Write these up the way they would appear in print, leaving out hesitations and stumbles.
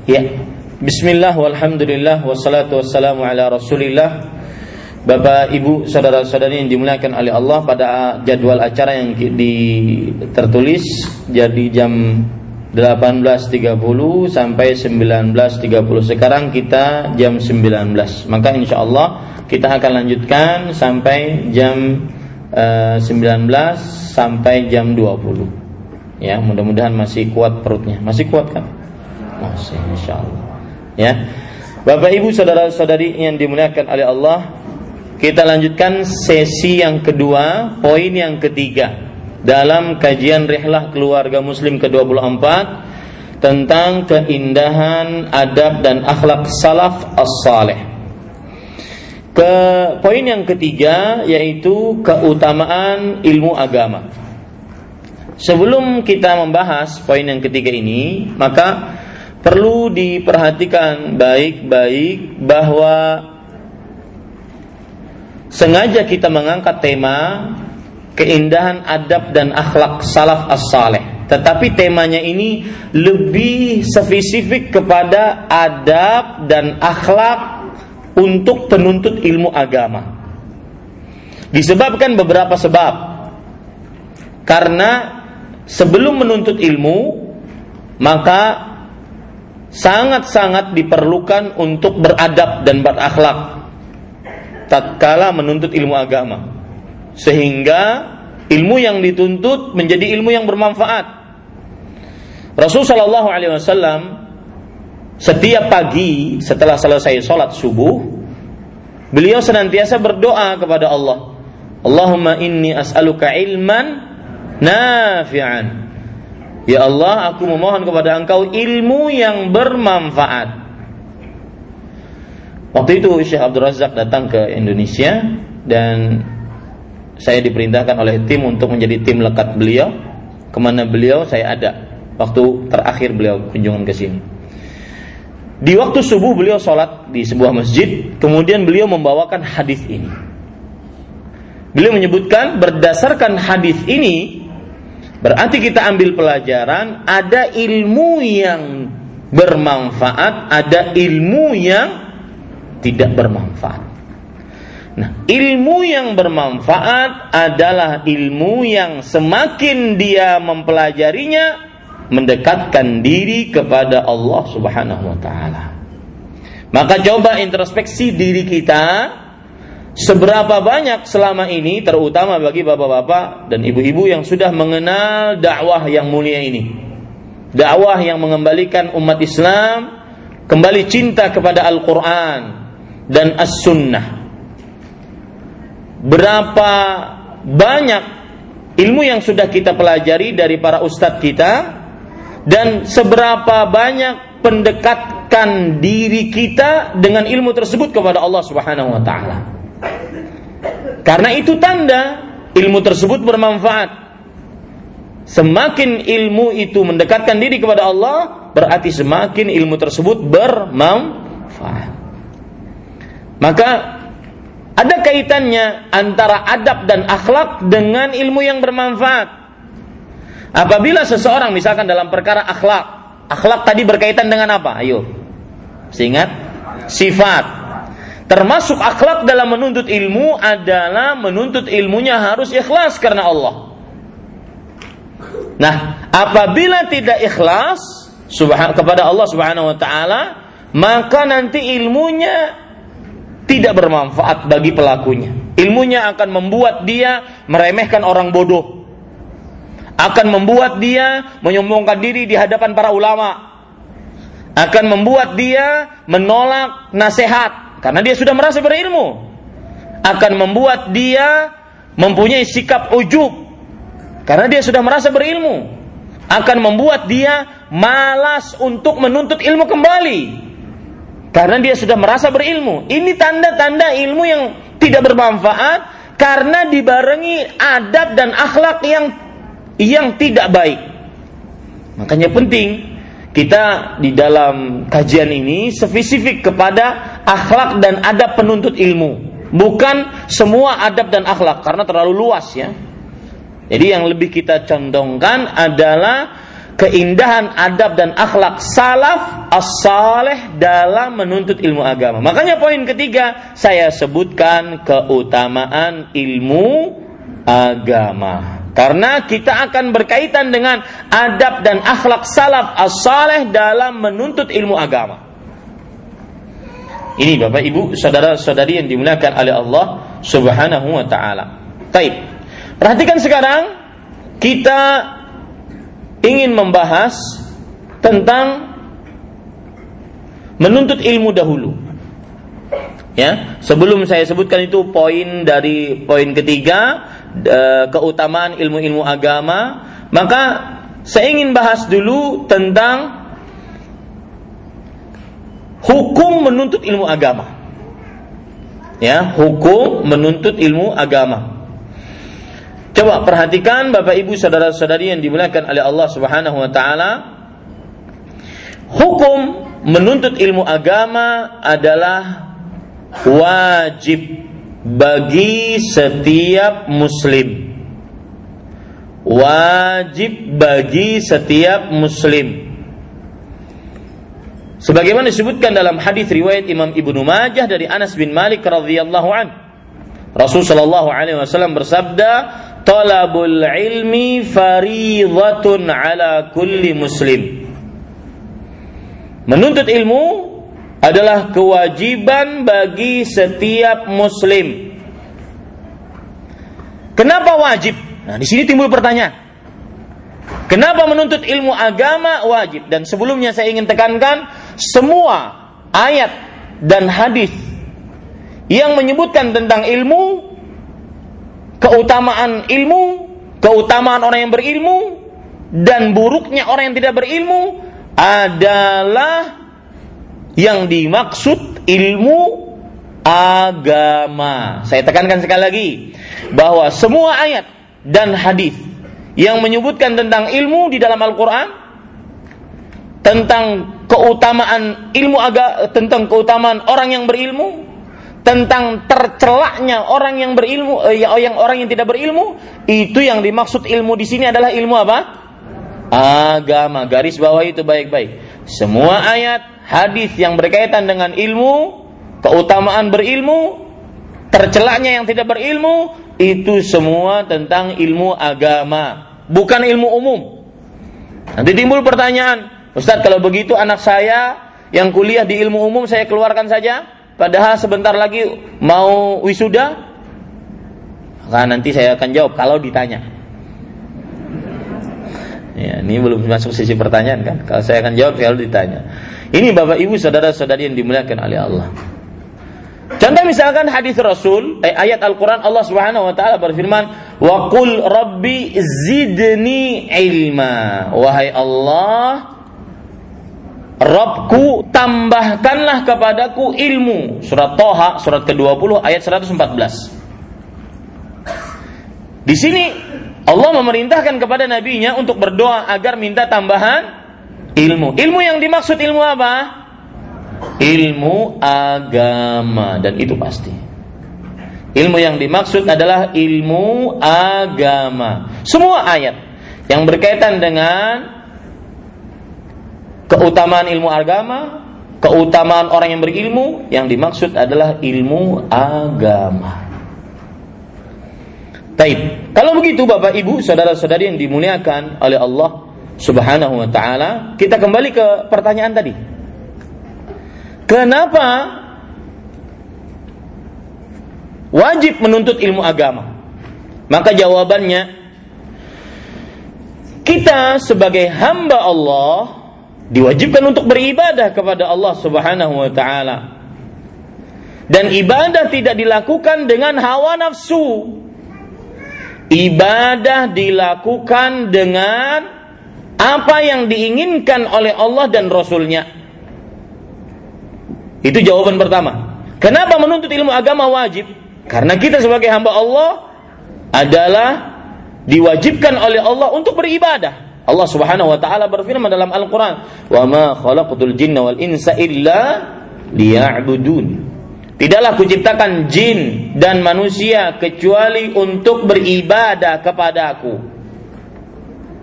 Ya, bismillah, walhamdulillah, wassalatu wassalamu ala rasulillah. Bapak, ibu, saudara-saudari yang dimuliakan oleh Allah, pada jadwal acara yang tertulis jadi jam 18.30 sampai 19.30. Sekarang kita jam 19. Maka insyaallah kita akan lanjutkan sampai jam 19 sampai jam 20. Ya, mudah-mudahan masih kuat perutnya. Masih kuat kan? Masih, insyaallah. Ya. Bapak, ibu, saudara-saudari yang dimuliakan oleh Allah, kita lanjutkan sesi yang kedua, poin yang ketiga dalam kajian Rihlah Keluarga Muslim ke-24 tentang keindahan adab dan akhlak salaf as-salih. Ke poin yang ketiga yaitu keutamaan ilmu agama. Sebelum kita membahas poin yang ketiga ini, maka perlu diperhatikan baik-baik bahwa sengaja kita mengangkat tema keindahan adab dan akhlak salaf as-salih. Tetapi temanya ini lebih spesifik kepada adab dan akhlak untuk penuntut ilmu agama. Disebabkan beberapa sebab. Karena sebelum menuntut ilmu, maka sangat-sangat diperlukan untuk beradab dan berakhlak tatkala menuntut ilmu agama, sehingga ilmu yang dituntut menjadi ilmu yang bermanfaat. Rasulullah SAW setiap pagi setelah selesai sholat subuh, beliau senantiasa berdoa kepada Allah, Allahumma inni as'aluka ilman nafi'an. Ya Allah, aku memohon kepada Engkau ilmu yang bermanfaat. Waktu itu Syekh Abdul Razak datang ke Indonesia dan saya diperintahkan oleh tim untuk menjadi tim lekat beliau. Kemana beliau, saya ada. Waktu terakhir beliau kunjungan ke sini. Di waktu subuh beliau sholat di sebuah masjid, kemudian beliau membawakan hadis ini. Beliau menyebutkan berdasarkan hadis ini, berarti kita ambil pelajaran, ada ilmu yang bermanfaat, ada ilmu yang tidak bermanfaat. Nah, ilmu yang bermanfaat adalah ilmu yang semakin dia mempelajarinya, mendekatkan diri kepada Allah Subhanahu wa ta'ala. Maka coba introspeksi diri kita, seberapa banyak selama ini, terutama bagi bapak-bapak dan ibu-ibu yang sudah mengenal dakwah yang mulia ini, dakwah yang mengembalikan umat Islam kembali cinta kepada Al-Quran dan As-Sunnah. Berapa banyak ilmu yang sudah kita pelajari dari para ustadz kita, dan seberapa banyak pendekatkan diri kita dengan ilmu tersebut kepada Allah Subhanahu wa ta'ala. Karena itu tanda ilmu tersebut bermanfaat. Semakin ilmu itu mendekatkan diri kepada Allah, berarti semakin ilmu tersebut bermanfaat. Maka ada kaitannya antara adab dan akhlak dengan ilmu yang bermanfaat. Apabila seseorang misalkan dalam perkara akhlak tadi berkaitan dengan apa? Ayo, ingat, sifat. Termasuk akhlak dalam menuntut ilmu adalah menuntut ilmunya harus ikhlas karena Allah. Nah, apabila tidak ikhlas kepada Allah Subhanahu wa ta'ala, maka nanti ilmunya tidak bermanfaat bagi pelakunya. Ilmunya akan membuat dia meremehkan orang bodoh, akan membuat dia menyombongkan diri di hadapan para ulama, akan membuat dia menolak nasihat karena dia sudah merasa berilmu, akan membuat dia mempunyai sikap ujub karena dia sudah merasa berilmu, akan membuat dia malas untuk menuntut ilmu kembali karena dia sudah merasa berilmu. Ini tanda-tanda ilmu yang tidak bermanfaat karena dibarengi adab dan akhlak yang tidak baik. Makanya penting kita di dalam kajian ini spesifik kepada akhlak dan adab penuntut ilmu, bukan semua adab dan akhlak karena terlalu luas ya. Jadi yang lebih kita condongkan adalah keindahan adab dan akhlak salaf as-saleh dalam menuntut ilmu agama. Makanya poin ketiga saya sebutkan keutamaan ilmu agama. Karena kita akan berkaitan dengan adab dan akhlak salaf as-saleh dalam menuntut ilmu agama. Ini Bapak Ibu, saudara-saudari yang dimuliakan oleh Allah Subhanahu wa taala. Baik. Perhatikan sekarang kita ingin membahas tentang menuntut ilmu dahulu. Ya, sebelum saya sebutkan itu poin dari poin ketiga, keutamaan ilmu-ilmu agama, maka saya ingin bahas dulu tentang hukum menuntut ilmu agama. Ya, hukum menuntut ilmu agama. Coba perhatikan Bapak Ibu saudara-saudari yang dimuliakan oleh Allah Subhanahu wa taala. Hukum menuntut ilmu agama adalah wajib bagi setiap muslim. Wajib bagi setiap muslim. Sebagaimana disebutkan dalam hadis riwayat Imam Ibnu Majah dari Anas bin Malik radhiyallahu an. Rasul sallallahu alaihi wasallam bersabda, "Talabul ilmi fariidhatun ala kulli muslim." Menuntut ilmu adalah kewajiban bagi setiap muslim. Kenapa wajib? Nah, di sini timbul pertanyaan. Kenapa menuntut ilmu agama wajib? Dan sebelumnya saya ingin tekankan, semua ayat dan hadis yang menyebutkan tentang ilmu, keutamaan ilmu, keutamaan orang yang berilmu, dan buruknya orang yang tidak berilmu adalah yang dimaksud ilmu agama. Saya tekankan sekali lagi bahwa semua ayat dan hadis yang menyebutkan tentang ilmu di dalam Al-Quran, tentang keutamaan ilmu agama, tentang keutamaan orang yang berilmu, tentang tercelaknya orang yang berilmu, orang yang tidak berilmu, itu yang dimaksud ilmu di sini adalah ilmu apa? Agama. Garis bawah itu baik-baik. Semua ayat, hadis yang berkaitan dengan ilmu, keutamaan berilmu, tercelaknya yang tidak berilmu, itu semua tentang ilmu agama, bukan ilmu umum. Nanti timbul pertanyaan, Ustaz, kalau begitu anak saya yang kuliah di ilmu umum saya keluarkan saja, padahal sebentar lagi mau wisuda? Maka nanti saya akan jawab kalau ditanya. Ya, ini belum masuk sisi pertanyaan kan? Kalau saya akan jawab kalau ditanya. Ini Bapak Ibu saudara-saudari yang dimuliakan oleh Allah. Contoh misalkan hadis Rasul, ayat Al-Quran, Allah Subhanahu wa taala berfirman, "Wa qul rabbi zidni ilma." Wahai Allah, Rabbku, tambahkanlah kepadaku ilmu. Surat Thaha, surat ke-20 ayat 114. Di sini Allah memerintahkan kepada nabinya untuk berdoa agar minta tambahan ilmu. Ilmu yang dimaksud ilmu apa? Ilmu agama, dan itu pasti. Ilmu yang dimaksud adalah ilmu agama. Semua ayat yang berkaitan dengan keutamaan ilmu agama, keutamaan orang yang berilmu, yang dimaksud adalah ilmu agama. Baik, kalau begitu Bapak Ibu, saudara-saudari yang dimuliakan oleh Allah Subhanahu wa taala, kita kembali ke pertanyaan tadi. Kenapa wajib menuntut ilmu agama? Maka jawabannya, kita sebagai hamba Allah diwajibkan untuk beribadah kepada Allah Subhanahu wa taala. Dan ibadah tidak dilakukan dengan hawa nafsu. Ibadah dilakukan dengan apa yang diinginkan oleh Allah dan Rasul-Nya. Itu jawaban pertama. Kenapa menuntut ilmu agama wajib? Karena kita sebagai hamba Allah adalah diwajibkan oleh Allah untuk beribadah. Allah Subhanahu wa taala berfirman dalam Al-Qur'an, "Wa ma khalaqtul jinna wal insa illa liya'budun." Tidaklah kuciptakan jin dan manusia kecuali untuk beribadah kepada Aku.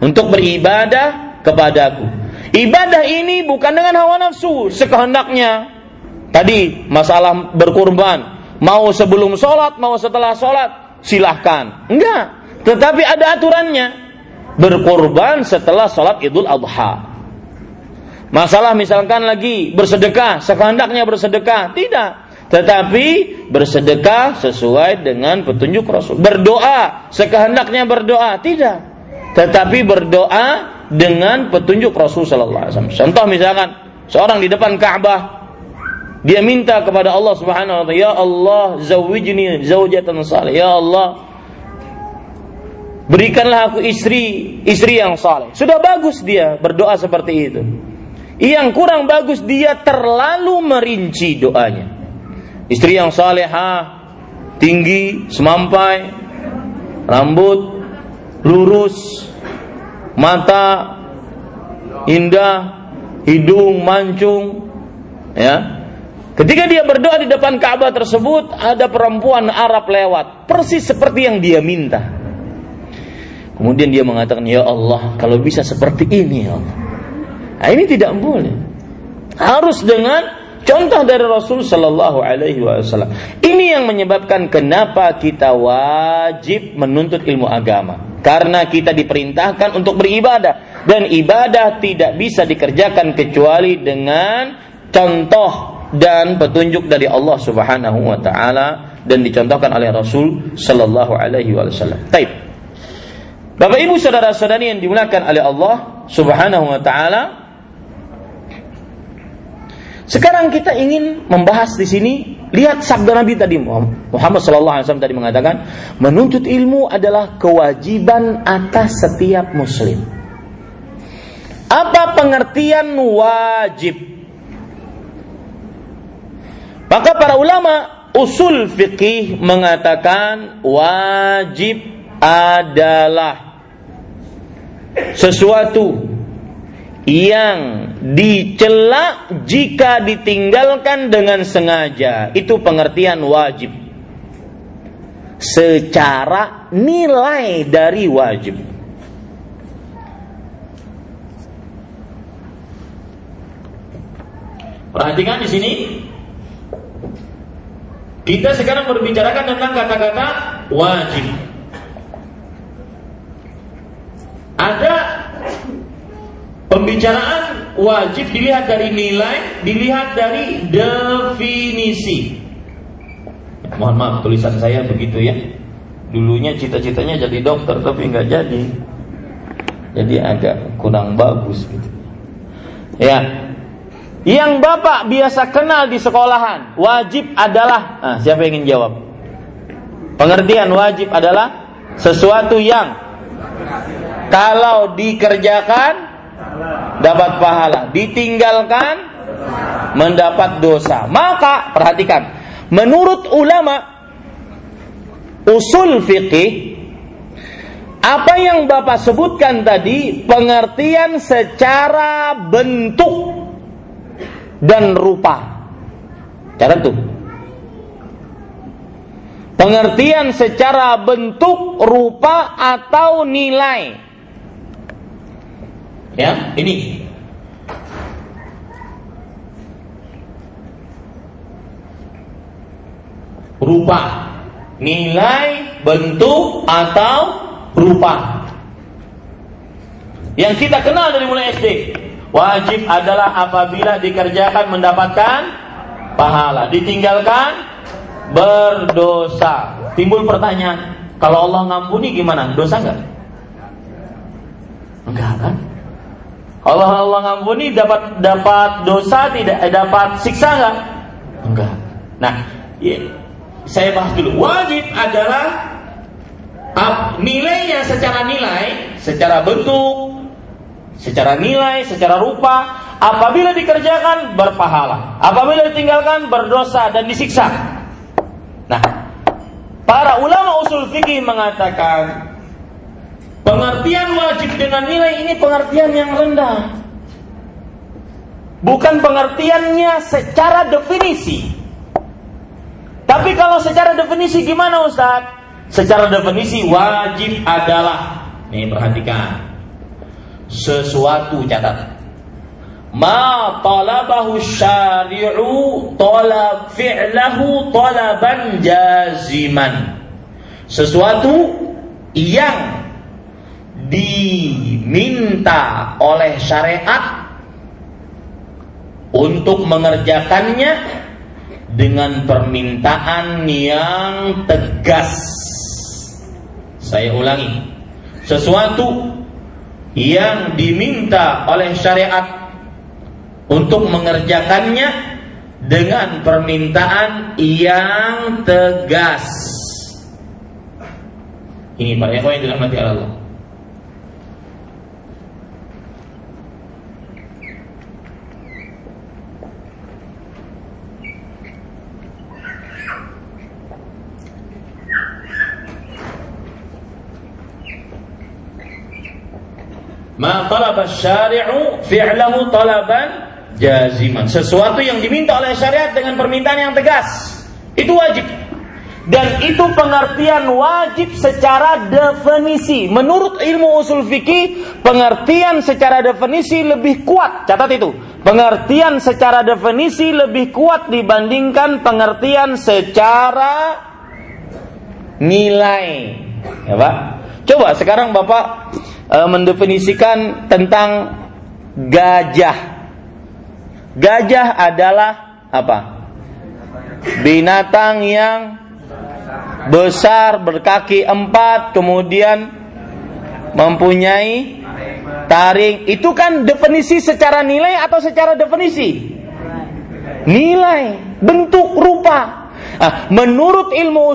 untuk beribadah kepadaku. Ibadah ini bukan dengan hawa nafsu, sekehendaknya. Tadi masalah berkurban, mau sebelum sholat, mau setelah sholat, silahkan. Enggak, tetapi ada aturannya. Berkurban setelah sholat Idul Adha. Masalah misalkan lagi bersedekah, sekehendaknya bersedekah, tidak. Tetapi bersedekah sesuai dengan petunjuk Rasul. Berdoa, sekehendaknya berdoa, tidak. Tetapi berdoa dengan petunjuk Rasul sallallahu alaihi wasallam. Contoh misalkan seorang di depan Ka'bah, dia minta kepada Allah Subhanahu wa taala, "Ya Allah, zawwijni zaujatan salih." Ya Allah, berikanlah aku istri yang saleh. Sudah bagus dia berdoa seperti itu. Yang kurang bagus dia terlalu merinci doanya. Istri yang salehah, tinggi, semampai, rambut lurus, mata indah, hidung mancung, ya. Ketika dia berdoa di depan Ka'bah tersebut, ada perempuan Arab lewat, persis seperti yang dia minta. Kemudian dia mengatakan, "Ya Allah, kalau bisa seperti ini, ya Allah." Nah, ini tidak boleh. Harus dengan contoh dari Rasul sallallahu alaihi wasallam. Ini yang menyebabkan kenapa kita wajib menuntut ilmu agama. Karena kita diperintahkan untuk beribadah, dan ibadah tidak bisa dikerjakan kecuali dengan contoh dan petunjuk dari Allah Subhanahu wa taala dan dicontohkan oleh Rasul sallallahu alaihi wasallam. Baik. Bapak Ibu saudara-saudari yang dimuliakan oleh Allah Subhanahu wa taala, sekarang kita ingin membahas di sini. Lihat sabda Nabi tadi, Muhammad sallallahu alaihi wasallam tadi mengatakan, menuntut ilmu adalah kewajiban atas setiap muslim. Apa pengertian wajib? Maka para ulama usul fikih mengatakan wajib adalah sesuatu yang dicela jika ditinggalkan dengan sengaja. Itu pengertian wajib. Secara nilai dari wajib. Perhatikan di sini. Kita sekarang berbicarakan tentang kata-kata wajib. Ada pembicaraan wajib dilihat dari nilai, dilihat dari definisi. Mohon maaf tulisan saya begitu ya. Dulunya cita-citanya jadi dokter tapi nggak jadi. Jadi agak kurang bagus gitu. Ya. Yang Bapak biasa kenal di sekolahan, wajib adalah, siapa yang ingin jawab? Pengertian wajib adalah sesuatu yang kalau dikerjakan dapat pahala, ditinggalkan mendapat dosa. Maka perhatikan, menurut ulama usul fikih, apa yang Bapak sebutkan tadi pengertian secara bentuk dan rupa. Catat tuh. Pengertian secara bentuk, rupa atau nilai. Ya, ini. Rupa, nilai, bentuk atau rupa. Yang kita kenal dari mulai SD. Wajib adalah apabila dikerjakan mendapatkan pahala, ditinggalkan berdosa. Timbul pertanyaan, kalau Allah ngampuni gimana? Dosa enggak? Enggak kan? Kalau Allah ngampuni dapat dosa, tidak dapat siksa enggak? Enggak. Nah, saya bahas dulu. Wajib adalah nilainya secara nilai, secara bentuk, secara nilai, secara rupa. Apabila dikerjakan berpahala, apabila ditinggalkan berdosa dan disiksa. Nah, para ulama usul fikih mengatakan pengertian wajib dengan nilai ini pengertian yang rendah, bukan pengertiannya secara definisi. Tapi kalau secara definisi gimana Ustaz? Secara definisi wajib adalah, nih perhatikan, sesuatu, catat. Ma talabahu syari'u talab fi'lahu talaban jaziman. Sesuatu yang diminta oleh syariat untuk mengerjakannya dengan permintaan yang tegas. Saya ulangi. Sesuatu yang diminta oleh syariat untuk mengerjakannya dengan permintaan yang tegas. Ini Pak Ikhwan yang dirahmati Allah. Ma talaba syari'u fi'lahu talaban jaziman. Sesuatu yang diminta oleh syariat dengan permintaan yang tegas, itu wajib. Dan itu pengertian wajib secara definisi. Menurut ilmu usul fikih, pengertian secara definisi lebih kuat. Catat itu. Pengertian secara definisi lebih kuat dibandingkan pengertian secara nilai. Ya Pak? Coba sekarang Bapak mendefinisikan tentang gajah. Gajah adalah apa? Binatang yang besar, berkaki 4, kemudian mempunyai taring. Itu kan definisi secara nilai atau secara definisi? Nilai, bentuk, rupa. Menurut ilmu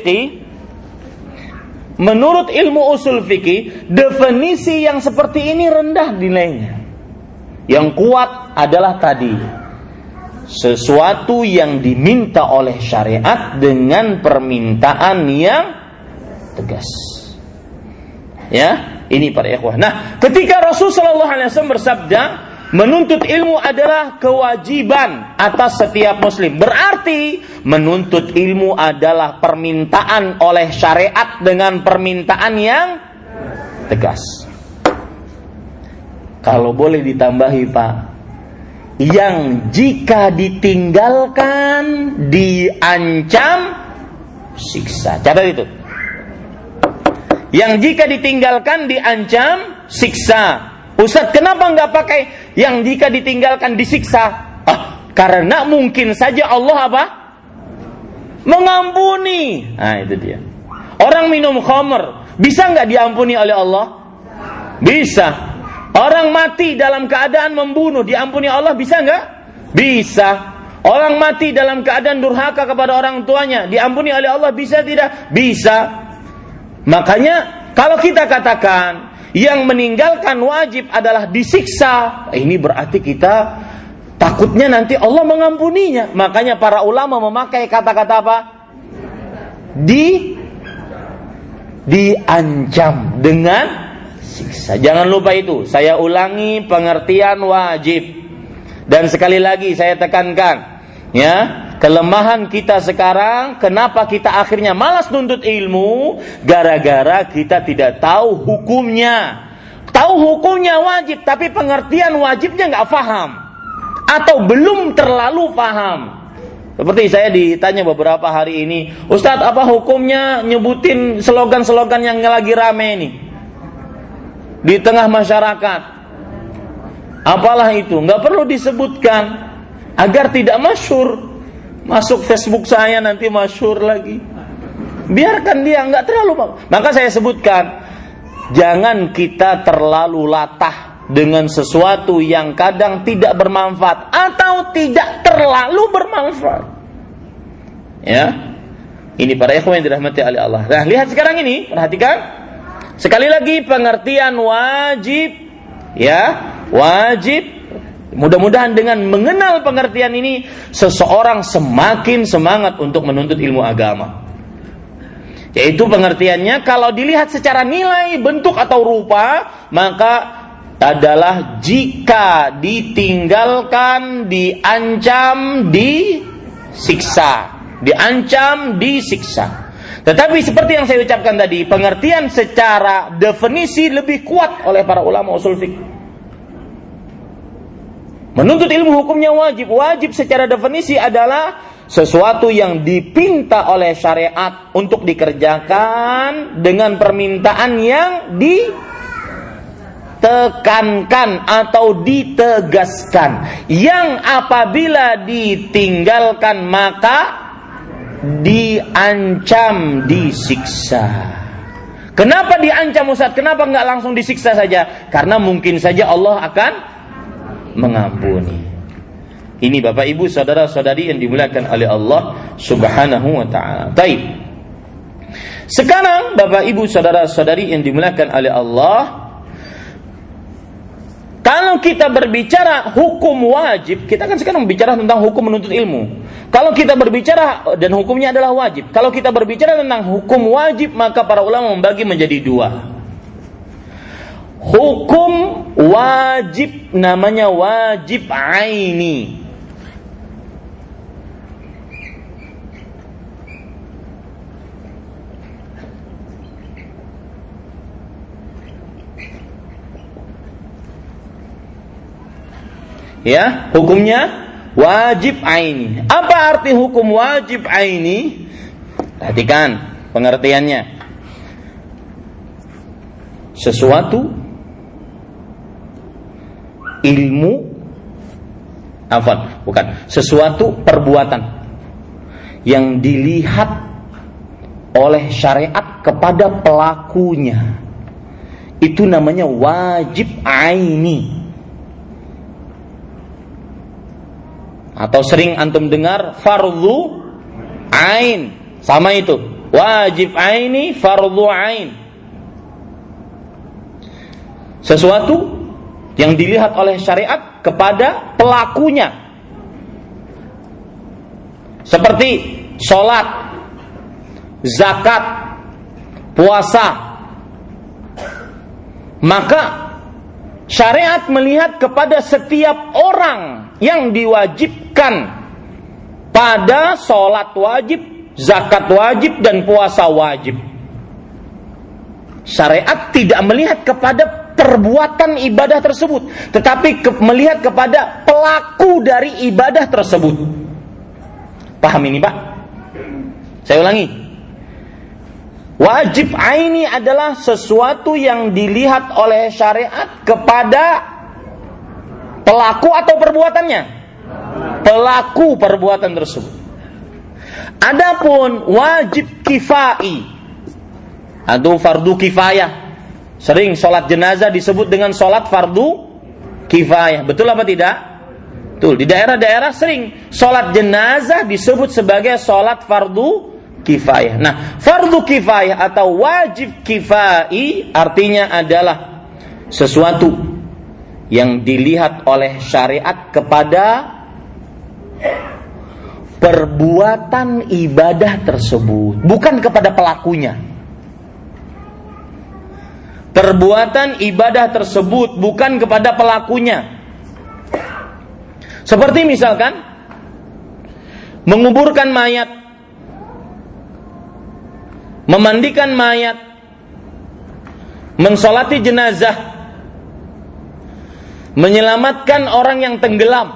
usul fikih, definisi yang seperti ini rendah nilainya. Yang kuat adalah tadi, sesuatu yang diminta oleh syariat dengan permintaan yang tegas. Ya, ini para ikhwah. Nah, ketika Rasulullah SAW bersabda, menuntut ilmu adalah kewajiban atas setiap muslim. Berarti menuntut ilmu adalah permintaan oleh syariat dengan permintaan yang tegas. Kalau boleh ditambahi Pak, yang jika ditinggalkan diancam siksa. Catat itu. Yang jika ditinggalkan diancam siksa. Ustaz, kenapa nggak pakai yang jika ditinggalkan disiksa? Karena mungkin saja Allah apa? Mengampuni. Nah itu dia. Orang minum khamr, bisa nggak diampuni oleh Allah? Bisa. Orang mati dalam keadaan membunuh, diampuni Allah bisa nggak? Bisa. Orang mati dalam keadaan durhaka kepada orang tuanya, diampuni oleh Allah bisa tidak? Bisa. Makanya kalau kita katakan yang meninggalkan wajib adalah disiksa, ini berarti kita takutnya nanti Allah mengampuninya. Makanya para ulama memakai kata-kata apa? Diancam dengan siksa. Jangan lupa itu. Saya ulangi pengertian wajib. Dan sekali lagi saya tekankan, ya, kelemahan kita sekarang, kenapa kita akhirnya malas nuntut ilmu? Gara-gara kita tidak tahu hukumnya. Tahu hukumnya wajib, tapi pengertian wajibnya nggak paham, atau belum terlalu paham. Seperti saya ditanya beberapa hari ini, Ustadz, apa hukumnya nyebutin slogan-slogan yang lagi rame ini di tengah masyarakat? Apalah itu, nggak perlu disebutkan agar tidak masyhur. Masuk Facebook saya nanti masyhur lagi. Biarkan dia, nggak terlalu. Maka saya sebutkan, jangan kita terlalu latah dengan sesuatu yang kadang tidak bermanfaat atau tidak terlalu bermanfaat. Ya, ini para ikhwan yang dirahmati oleh Allah. Nah, lihat sekarang ini, perhatikan. Sekali lagi pengertian wajib, ya, wajib. Mudah-mudahan dengan mengenal pengertian ini, seseorang semakin semangat untuk menuntut ilmu agama. Yaitu pengertiannya, kalau dilihat secara nilai, bentuk atau rupa, maka adalah jika ditinggalkan diancam disiksa. Diancam disiksa. Tetapi seperti yang saya ucapkan tadi, pengertian secara definisi lebih kuat oleh para ulama usul fiqh. Menuntut ilmu hukumnya wajib. Wajib secara definisi adalah sesuatu yang dipinta oleh syariat untuk dikerjakan dengan permintaan yang ditekankan atau ditegaskan, yang apabila ditinggalkan maka diancam disiksa. Kenapa diancam Ustaz? Kenapa enggak langsung disiksa saja? Karena mungkin saja Allah akan mengampuni. Ini Bapak Ibu saudara-saudari yang dimuliakan oleh Allah Subhanahu wa taala. Baik. Sekarang Bapak Ibu saudara-saudari yang dimuliakan oleh Allah, kalau kita berbicara hukum wajib, kita kan sekarang bicara tentang hukum menuntut ilmu. Kalau kita berbicara dan hukumnya adalah wajib. Kalau kita berbicara tentang hukum wajib, maka para ulama membagi menjadi dua. Hukum wajib namanya wajib aini. Ya, hukumnya wajib aini. Apa arti hukum wajib aini? Perhatikan pengertiannya. Sesuatu sesuatu perbuatan yang dilihat oleh syariat kepada pelakunya, itu namanya wajib aini. Atau sering antum dengar fardhu ain, sama itu, wajib aini, fardhu ain. Sesuatu yang dilihat oleh syariat kepada pelakunya, seperti sholat, zakat, puasa. Maka syariat melihat kepada setiap orang yang diwajibkan pada sholat wajib, zakat wajib, dan puasa wajib. Syariat tidak melihat kepada perbuatan ibadah tersebut, tetapi melihat kepada pelaku dari ibadah tersebut. Paham ini Pak? Saya ulangi. Wajib aini adalah sesuatu yang dilihat oleh syariat kepada pelaku atau perbuatannya, pelaku perbuatan tersebut. Adapun wajib kifai atau fardu kifayah, sering sholat jenazah disebut dengan sholat fardu kifayah. Betul apa tidak? Betul. Di daerah-daerah sering sholat jenazah disebut sebagai sholat fardu kifayah. Nah, fardu kifayah atau wajib kifai artinya adalah sesuatu yang dilihat oleh syariat kepada perbuatan ibadah tersebut, bukan kepada pelakunya. Perbuatan ibadah tersebut bukan kepada pelakunya. Seperti misalkan menguburkan mayat, memandikan mayat, mensolati jenazah, menyelamatkan orang yang tenggelam.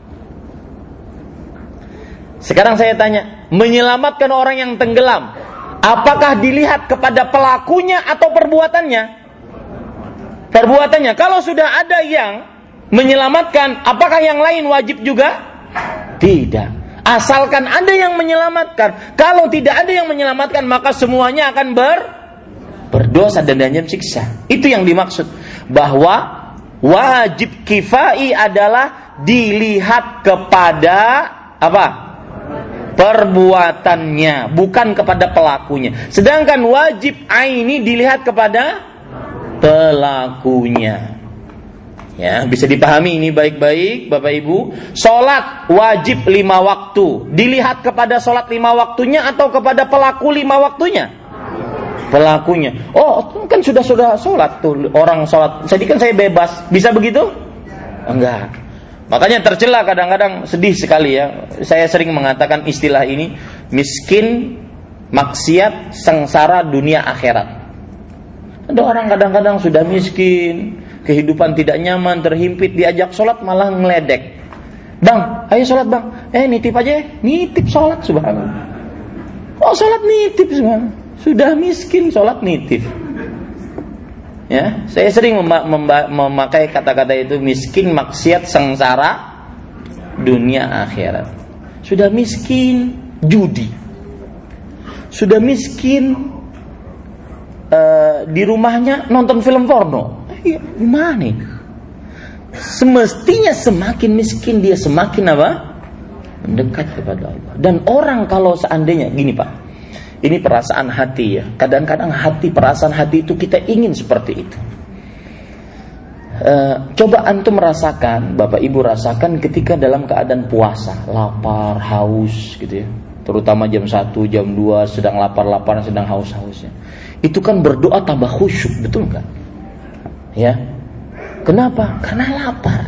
Sekarang saya tanya, menyelamatkan orang yang tenggelam, apakah dilihat kepada pelakunya atau perbuatannya? Perbuatannya. Kalau sudah ada yang menyelamatkan, apakah yang lain wajib juga? Tidak. Asalkan ada yang menyelamatkan. Kalau tidak ada yang menyelamatkan, maka semuanya akan berdosa dan diancam siksa. Itu yang dimaksud. Bahwa wajib kifai adalah dilihat kepada apa? Perbuatannya, bukan kepada pelakunya. Sedangkan wajib aini dilihat kepada pelakunya. Ya, bisa dipahami ini baik-baik Bapak Ibu. Sholat wajib 5 waktu, dilihat kepada sholat 5 waktunya atau kepada pelaku 5 waktunya? Pelakunya. Oh, kan sudah sholat tuh orang sholat. Jadi kan saya bebas. Bisa begitu? Enggak. Makanya tercela kadang-kadang, sedih sekali ya. Saya sering mengatakan istilah ini, miskin maksiat sengsara dunia akhirat. Ada orang kadang-kadang sudah miskin, kehidupan tidak nyaman, terhimpit, diajak sholat malah ngeledek. Bang, ayo sholat bang. Nitip aja, nitip sholat, subhanallah. Oh, sholat nitip semua. Sudah miskin, sholat nitip. Ya, saya sering memakai kata-kata itu, miskin, maksiat, sengsara dunia akhirat. Sudah miskin, judi. Sudah miskin, di rumahnya nonton film porno. Gimana nih? Semestinya semakin miskin dia semakin apa? Mendekat kepada Allah. Dan orang kalau seandainya gini Pak, ini perasaan hati ya. Kadang-kadang perasaan hati itu kita ingin seperti itu. Coba antum merasakan, Bapak Ibu rasakan ketika dalam keadaan puasa, lapar, haus gitu ya. Terutama jam 1, jam 2 sedang lapar-lapar, sedang haus-hausnya. Itu kan berdoa tambah khusyuk, betul enggak? Ya. Kenapa? Karena lapar.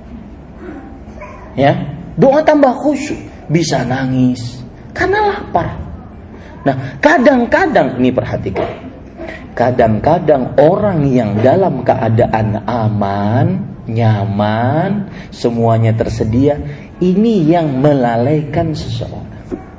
Ya, doa tambah khusyuk, bisa nangis karena lapar. Nah, kadang-kadang ini perhatikan. Kadang-kadang orang yang dalam keadaan aman, nyaman, semuanya tersedia, ini yang melalaikan seseorang.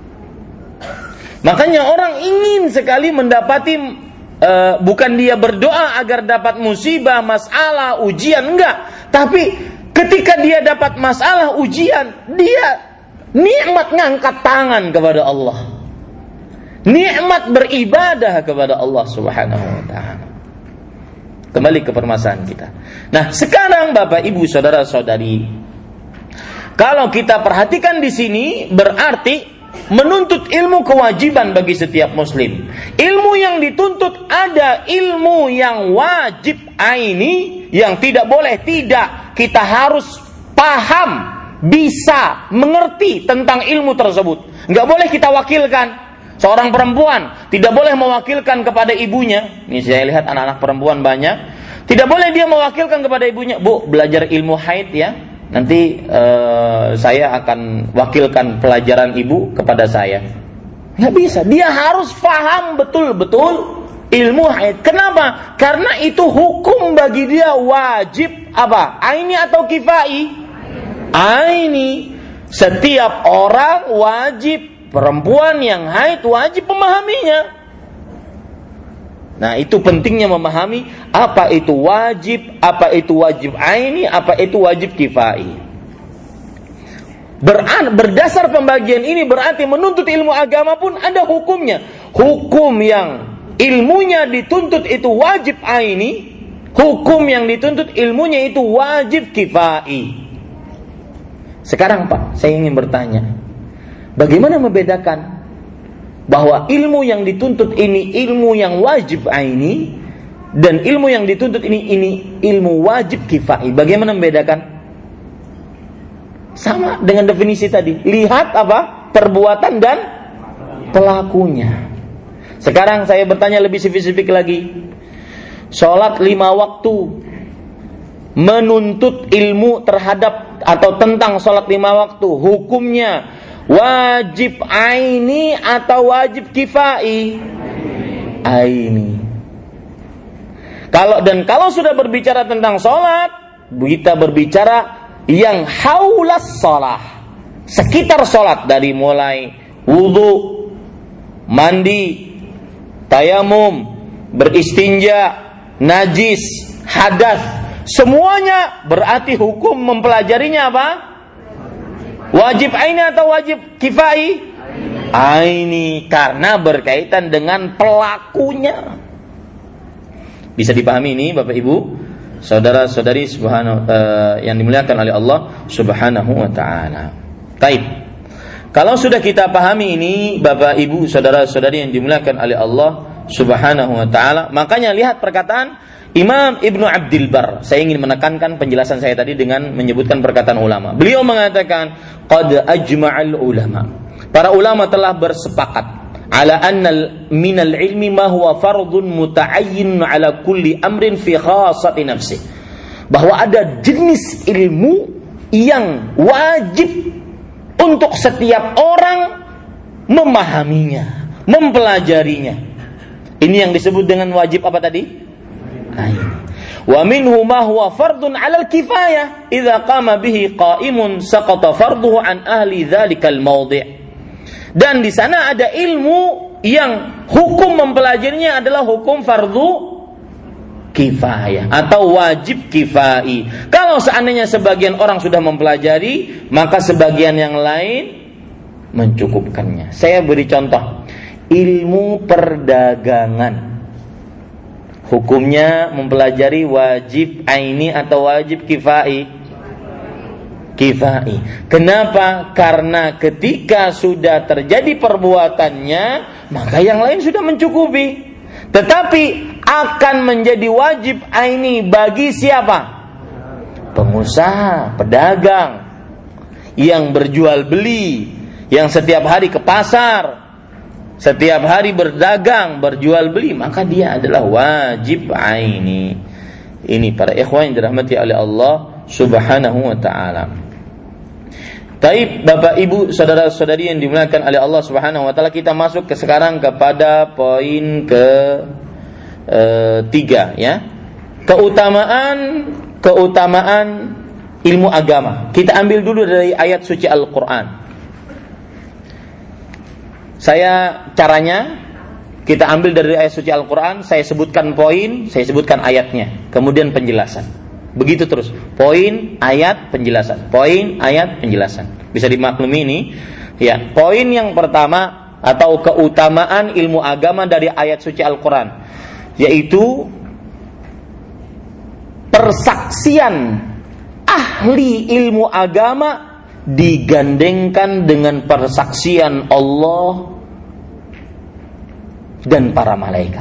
Makanya orang ingin sekali mendapati bukan dia berdoa agar dapat musibah, masalah, ujian, enggak. Tapi ketika dia dapat masalah, ujian, dia nikmat ngangkat tangan kepada Allah. Nikmat beribadah kepada Allah Subhanahu wa taala. Kembali ke permasalahan kita. Nah, sekarang Bapak Ibu saudara-saudari, kalau kita perhatikan di sini berarti menuntut ilmu kewajiban bagi setiap muslim. Ilmu yang dituntut ada ilmu yang wajib aini, yang tidak boleh tidak. Kita harus paham, bisa mengerti tentang ilmu tersebut. Enggak boleh kita wakilkan. Seorang perempuan tidak boleh mewakilkan kepada ibunya. Ini saya lihat anak-anak perempuan banyak. Tidak boleh dia mewakilkan kepada ibunya, "Bu, belajar ilmu haid ya. Nanti saya akan wakilkan pelajaran ibu kepada saya." Nggak bisa. Dia harus paham betul-betul ilmu haid. Kenapa? Karena itu hukum bagi dia wajib apa? Aini atau kifai? Aini. Setiap orang wajib. Perempuan yang haid wajib memahaminya. Nah, itu pentingnya memahami apa itu wajib, apa itu wajib aini, apa itu wajib kifai. Berdasar pembagian ini berarti menuntut ilmu agama pun ada hukumnya. Hukum yang ilmunya dituntut itu wajib aini, hukum yang dituntut ilmunya itu wajib kifai. Sekarang Pak, saya ingin bertanya, bagaimana membedakan bahwa ilmu yang dituntut ini ilmu yang wajib aini dan ilmu yang dituntut ini ilmu wajib kifai? Bagaimana membedakan? Sama dengan definisi tadi. Lihat apa? Perbuatan dan pelakunya. Sekarang saya bertanya lebih spesifik lagi. Salat 5 waktu menuntut ilmu terhadap atau tentang salat 5 waktu, hukumnya wajib aini atau wajib kifai? Aini. Kalau sudah berbicara tentang sholat, kita berbicara yang haulas sholat, sekitar sholat, dari mulai wudu, mandi, tayamum, beristinja, najis, hadas, semuanya berarti hukum mempelajarinya apa? Wajib aini atau wajib kifai? Aini, karena berkaitan dengan pelakunya. Bisa dipahami ini Bapak Ibu, saudara-saudari yang dimuliakan oleh Allah Subhanahu wa taala. Baik. Kalau sudah kita pahami ini Bapak Ibu, saudara-saudari yang dimuliakan oleh Allah Subhanahu wa taala, makanya lihat perkataan Imam Ibnu Abdul Bar. Saya ingin menekankan penjelasan saya tadi dengan menyebutkan perkataan ulama. Beliau mengatakan, qad ajma'al ulama. Para ulama telah bersepakat ala anna minal ilmi ma huwa fardun muta'ayyin ala kulli amrin fi khassati nafsi. Bahwa ada jenis ilmu yang wajib untuk setiap orang memahaminya, mempelajarinya. Ini yang disebut dengan wajib apa tadi? Wa minhu ma huwa fardun 'alal kifayah idza qama bihi qa'imun saqata farduhu an ahli dzalikal mawdi'. Dan di sana ada ilmu yang hukum mempelajarinya adalah hukum fardu kifayah atau wajib kifai. Kalau seandainya sebagian orang sudah mempelajari, maka sebagian yang lain mencukupkannya. Saya beri contoh. Ilmu perdagangan. Hukumnya mempelajari wajib aini atau wajib kifai? Kifai. Kenapa? Karena ketika sudah terjadi perbuatannya, maka yang lain sudah mencukupi. Tetapi akan menjadi wajib aini bagi siapa? Pengusaha, pedagang yang berjual beli, yang setiap hari ke pasar, setiap hari berdagang, berjual beli, maka dia adalah wajib aini. Ini para ikhwan yang dirahmati oleh Allah Subhanahu wa taala. Taib, Bapak Ibu, saudara-saudari yang dimuliakan oleh Allah Subhanahu wa taala, kita masuk sekarang kepada poin ketiga, ya. Keutamaan ilmu agama. Kita ambil dulu dari ayat suci Al-Qur'an. Caranya kita ambil dari ayat suci Al-Qur'an, saya sebutkan poin, saya sebutkan ayatnya, kemudian penjelasan. Begitu terus, poin, ayat, penjelasan, poin, ayat, penjelasan. Bisa dimaklumi ini, ya. Poin yang pertama atau keutamaan ilmu agama dari ayat suci Al-Quran, yaitu persaksian ahli ilmu agama digandengkan dengan persaksian Allah dan para malaikat.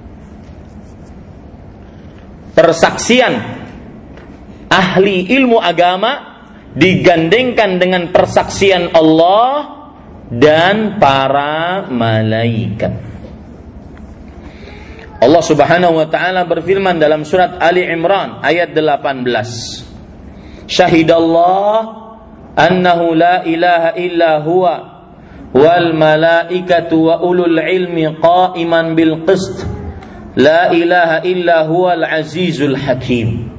Persaksian ahli ilmu agama digandengkan dengan persaksian Allah dan para malaikat. Allah Subhanahu wa taala berfirman dalam surat Ali Imran ayat 18. Syahidallah annahu la ilaha illa huwa wal malaikatu wa ulul ilmi qa'iman bil qist. La ilaha illa huwal azizul hakim.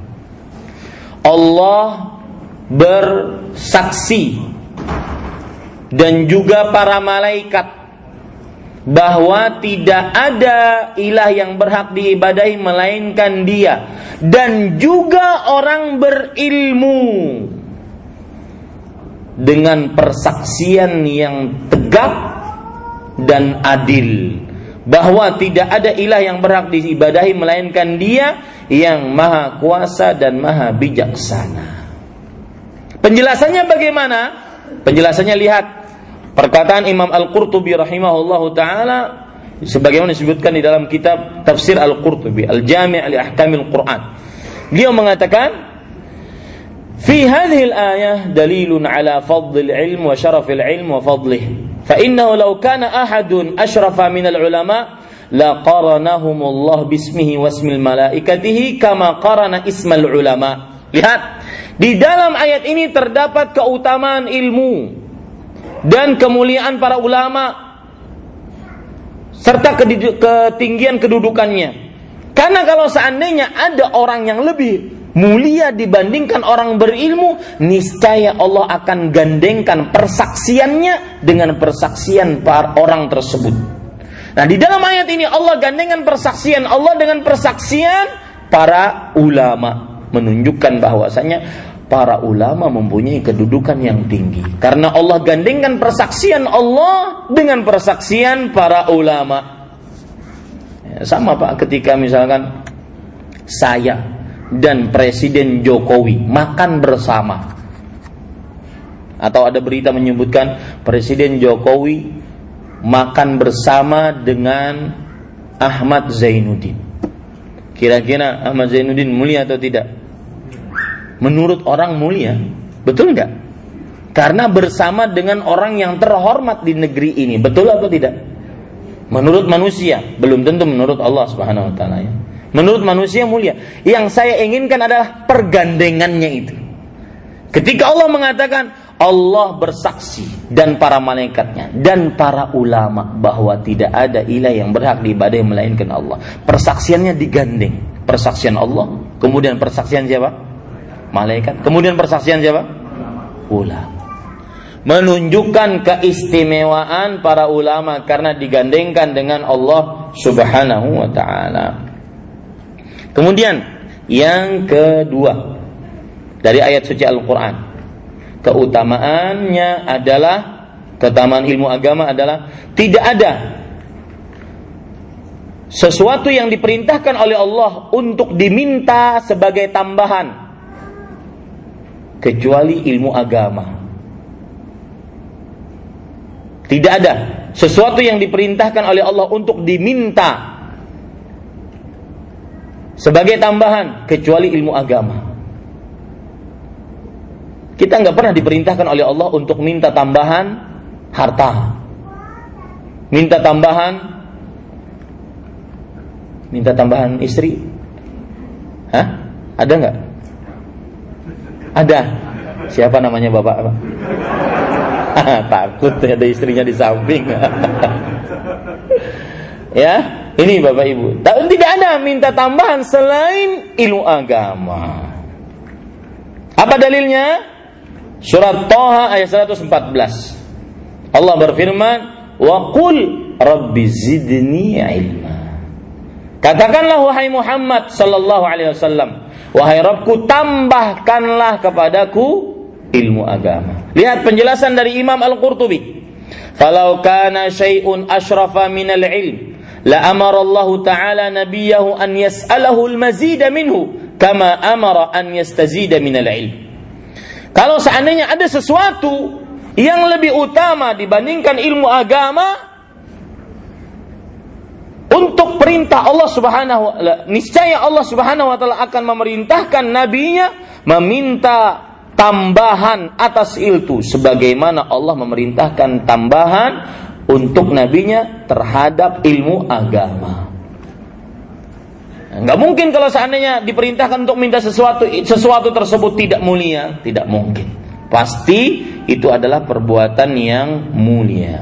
Allah bersaksi dan juga para malaikat bahwa tidak ada ilah yang berhak diibadahi melainkan Dia, dan juga orang berilmu dengan persaksian yang tegak dan adil bahwa tidak ada ilah yang berhak diibadahi melainkan Dia yang maha kuasa dan maha bijaksana. Penjelasannya bagaimana? Penjelasannya lihat perkataan Imam Al-Qurtubi rahimahullahu taala sebagaimana disebutkan di dalam kitab Tafsir Al-Qurtubi Al-Jami' li Ahkamil Quran. Beliau mengatakan, "Fi hadhihi al-ayah dalilun ala fadlil ilm wa syarafil ilm wa fadlihi. Fa innahu law kana ahadun asyrafa minal ulama la qaranahumullah bismihi wasmil malaikatihi kama qarana ismal ulama." Lihat, di dalam ayat ini terdapat keutamaan ilmu dan kemuliaan para ulama serta ketinggian kedudukannya. Karena kalau seandainya ada orang yang lebih mulia dibandingkan orang berilmu, niscaya Allah akan gandengkan persaksiannya dengan persaksian para orang tersebut. Nah, di dalam ayat ini Allah gandengkan persaksian Allah dengan persaksian para ulama, menunjukkan bahwasanya para ulama mempunyai kedudukan yang tinggi karena Allah gandengkan persaksian Allah dengan persaksian para ulama. Sama Pak, ketika misalkan saya dan Presiden Jokowi makan bersama, atau ada berita menyebutkan Presiden Jokowi makan bersama dengan Ahmad Zainuddin, kira-kira Ahmad Zainuddin mulia atau tidak? Menurut orang mulia, betul enggak? Karena bersama dengan orang yang terhormat di negeri ini, betul atau tidak? Menurut manusia, belum tentu menurut Allah Subhanahu wa taala ya. Menurut manusia mulia. Yang saya inginkan adalah pergandengannya itu. Ketika Allah mengatakan Allah bersaksi dan para malaikatnya dan para ulama bahwa tidak ada ilah yang berhak diibadahi melainkan Allah. Persaksiannya digandeng. Persaksian Allah, kemudian persaksian siapa? Malaikat. Kemudian persaksian siapa? Ulama. Menunjukkan keistimewaan para ulama karena digandengkan dengan Allah Subhanahu wa ta'ala. Kemudian yang kedua dari ayat suci Al-Quran, keutamaannya adalah, keutamaan ilmu agama adalah tidak ada sesuatu yang diperintahkan oleh Allah untuk diminta sebagai tambahan kecuali ilmu agama. Tidak ada sesuatu yang diperintahkan oleh Allah untuk diminta sebagai tambahan kecuali ilmu agama. Kita nggak pernah diperintahkan oleh Allah untuk minta tambahan harta, minta tambahan istri. Hah? Ada nggak? Ada. Siapa namanya bapak? Takut ada istrinya di samping. Ya, ini bapak ibu. Tidak ada minta tambahan selain ilmu agama. Apa dalilnya? Surat Thaha ayat 114. Allah berfirman, "Wa qul rabbi zidni ilma." Katakanlah wahai Muhammad sallallahu alaihi wasallam, wahai Rabbku, tambahkanlah kepadaku ilmu agama. Lihat penjelasan dari Imam Al-Qurtubi. Falau kana syai'un asyrafa minal ilm, la amara Allah Ta'ala nabiyahu an yas'alahu al-mazida minhu kama amara an yastazida minal ilm. Kalau seandainya ada sesuatu yang lebih utama dibandingkan ilmu agama, untuk perintah Allah Subhanahu wa ta'ala, niscaya Allah Subhanahu wa ta'ala akan memerintahkan nabinya meminta tambahan atas itu sebagaimana Allah memerintahkan tambahan untuk nabinya terhadap ilmu agama. Enggak mungkin kalau seandainya diperintahkan untuk minta sesuatu tersebut tidak mulia, tidak mungkin. Pasti itu adalah perbuatan yang mulia.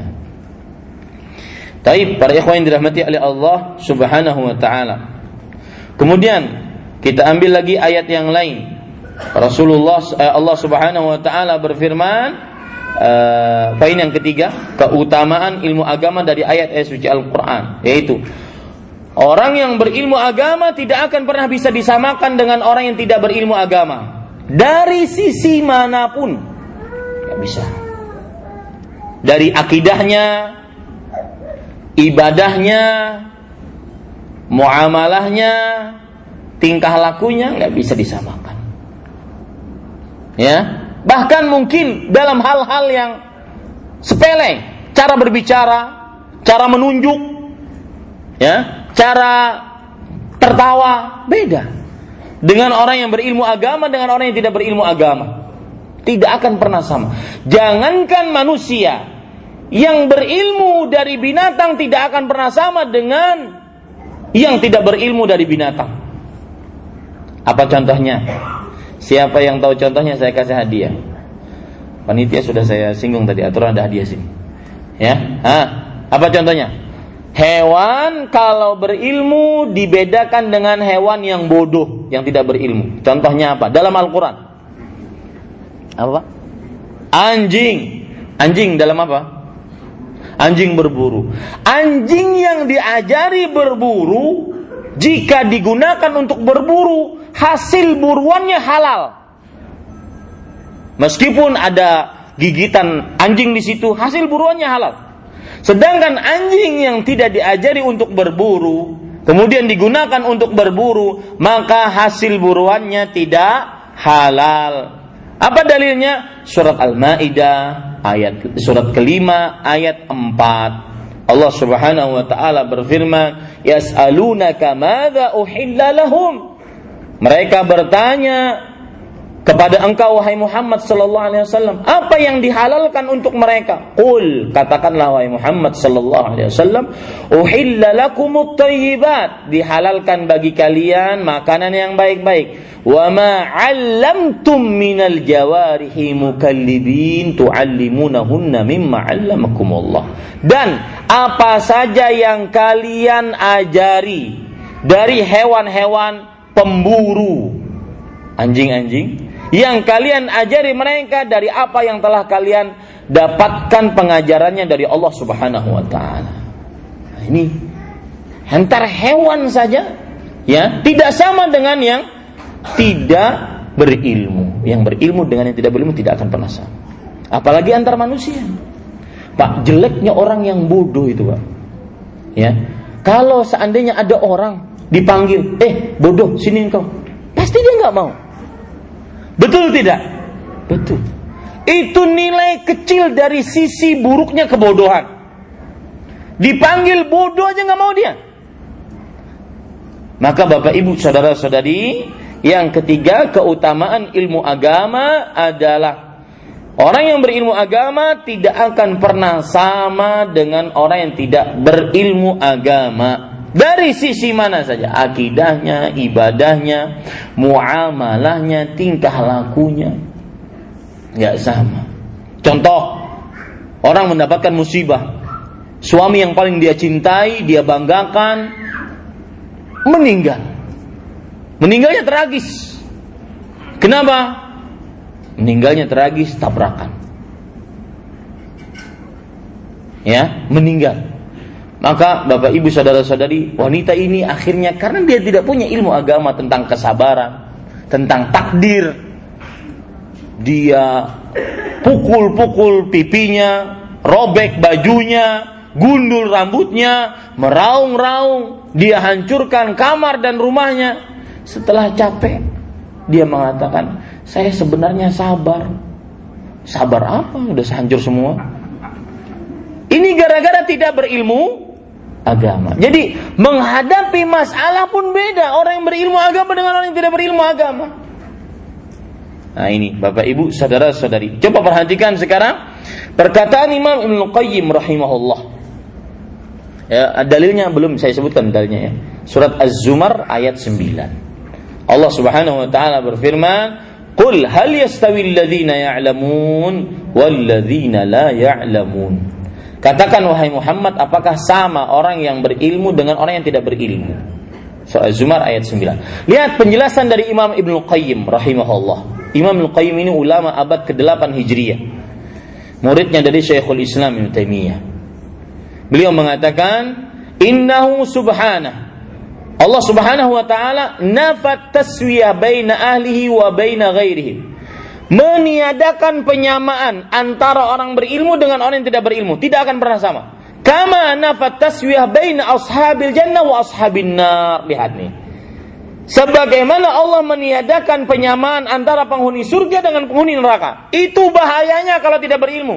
Taib, para ikhwan yang dirahmati oleh Allah Subhanahu wa ta'ala. Kemudian kita ambil lagi ayat yang lain. Allah Subhanahu wa ta'ala berfirman, poin yang ketiga, keutamaan ilmu agama dari ayat-ayat suci Al-Quran, yaitu orang yang berilmu agama tidak akan pernah bisa disamakan dengan orang yang tidak berilmu agama dari sisi manapun. Gak bisa. Dari akidahnya, ibadahnya, muamalahnya, tingkah lakunya gak bisa disamakan. Ya, bahkan mungkin dalam hal-hal yang sepele, cara berbicara, cara menunjuk, ya, cara tertawa beda dengan orang yang berilmu agama dengan orang yang tidak berilmu agama. Tidak akan pernah sama. Jangankan manusia, yang berilmu dari binatang tidak akan pernah sama dengan yang tidak berilmu dari binatang. Apa contohnya? Siapa yang tahu contohnya saya kasih hadiah. Panitia sudah saya singgung tadi, aturan ada hadiah sini. Ya, apa contohnya? Hewan kalau berilmu dibedakan dengan hewan yang bodoh, yang tidak berilmu. Contohnya apa? Dalam Al-Quran. Apa? Anjing. Anjing dalam apa? Anjing berburu. Anjing yang diajari berburu, jika digunakan untuk berburu, hasil buruannya halal. Meskipun ada gigitan anjing di situ, hasil buruannya halal. Sedangkan anjing yang tidak diajari untuk berburu, kemudian digunakan untuk berburu, maka hasil buruannya tidak halal. Apa dalilnya? Surat Al-Maidah surat kelima ayat 4. Allah Subhanahu wa ta'ala berfirman, "Yas'alunaka madza uhilla lahum." Mereka bertanya kepada engkau wahai Muhammad sallallahu alaihi wasallam, apa yang dihalalkan untuk mereka? Qul, katakanlah wahai Muhammad sallallahu alaihi wasallam, uhilla lakumut thayyibat, dihalalkan bagi kalian makanan yang baik-baik. Wa ma 'allamtum minal jawarihi mukallibin tu'allimunahunna mimma 'allamakumullah. Dan apa saja yang kalian ajari dari hewan-hewan pemburu, anjing-anjing, yang kalian ajari mereka dari apa yang telah kalian dapatkan pengajarannya dari Allah Subhanahu wa taala. Nah, ini antara hewan saja ya, tidak sama dengan yang tidak berilmu. Yang berilmu dengan yang tidak berilmu tidak akan pernah sama. Apalagi antar manusia. Pak, jeleknya orang yang bodoh itu, Pak. Ya. Kalau seandainya ada orang dipanggil, bodoh, sini engkau, pasti dia enggak mau. Betul tidak? Betul. Itu nilai kecil dari sisi buruknya kebodohan. Dipanggil bodoh aja gak mau dia. Maka Bapak Ibu saudara-saudari, yang ketiga, keutamaan ilmu agama adalah orang yang berilmu agama tidak akan pernah sama dengan orang yang tidak berilmu agama. Dari sisi mana saja, akidahnya, ibadahnya, muamalahnya, tingkah lakunya, nggak sama. Contoh, orang mendapatkan musibah, suami yang paling dia cintai, dia banggakan, meninggal. Meninggalnya tragis. Kenapa? Meninggalnya tragis, tabrakan. Ya, meninggal. Maka Bapak Ibu saudara-saudari, wanita ini akhirnya karena dia tidak punya ilmu agama tentang kesabaran, tentang takdir, dia pukul-pukul pipinya, robek bajunya, gundul rambutnya, meraung-raung, dia hancurkan kamar dan rumahnya. Setelah capek, dia mengatakan, saya sebenarnya sabar. Sabar apa? Udah hancur semua. Ini gara-gara tidak berilmu agama. Jadi menghadapi masalah pun beda orang yang berilmu agama dengan orang yang tidak berilmu agama. Nah ini Bapak Ibu saudara-saudari, coba perhatikan sekarang perkataan Imam Ibnu Qayyim rahimahullah. Ya, dalilnya belum saya sebutkan dalilnya ya. Surat Az-Zumar ayat 9. Allah Subhanahu wa taala berfirman, "Qul hal yastawil ladzina ya'lamun wal ladzina la ya'lamun." Katakan wahai Muhammad, apakah sama orang yang berilmu dengan orang yang tidak berilmu? Surah Az-Zumar ayat 9. Lihat penjelasan dari Imam Ibnu Qayyim rahimahullah. Imam Ibnu Qayyim ini ulama abad ke-8 Hijriah. Muridnya dari Syekhul Islam Ibnu Taimiyah. Beliau mengatakan, "Innahu subhanahu." Allah Subhanahu wa taala nafat taswiyah baina ahlihi wa baina ghairihi. Meniadakan penyamaan antara orang berilmu dengan orang yang tidak berilmu, tidak akan pernah sama. Kama nafat taswiyah baina ashabil jannah wa ashabin nar. Lihat nih. Sebagaimana Allah meniadakan penyamaan antara penghuni surga dengan penghuni neraka. Itu bahayanya kalau tidak berilmu.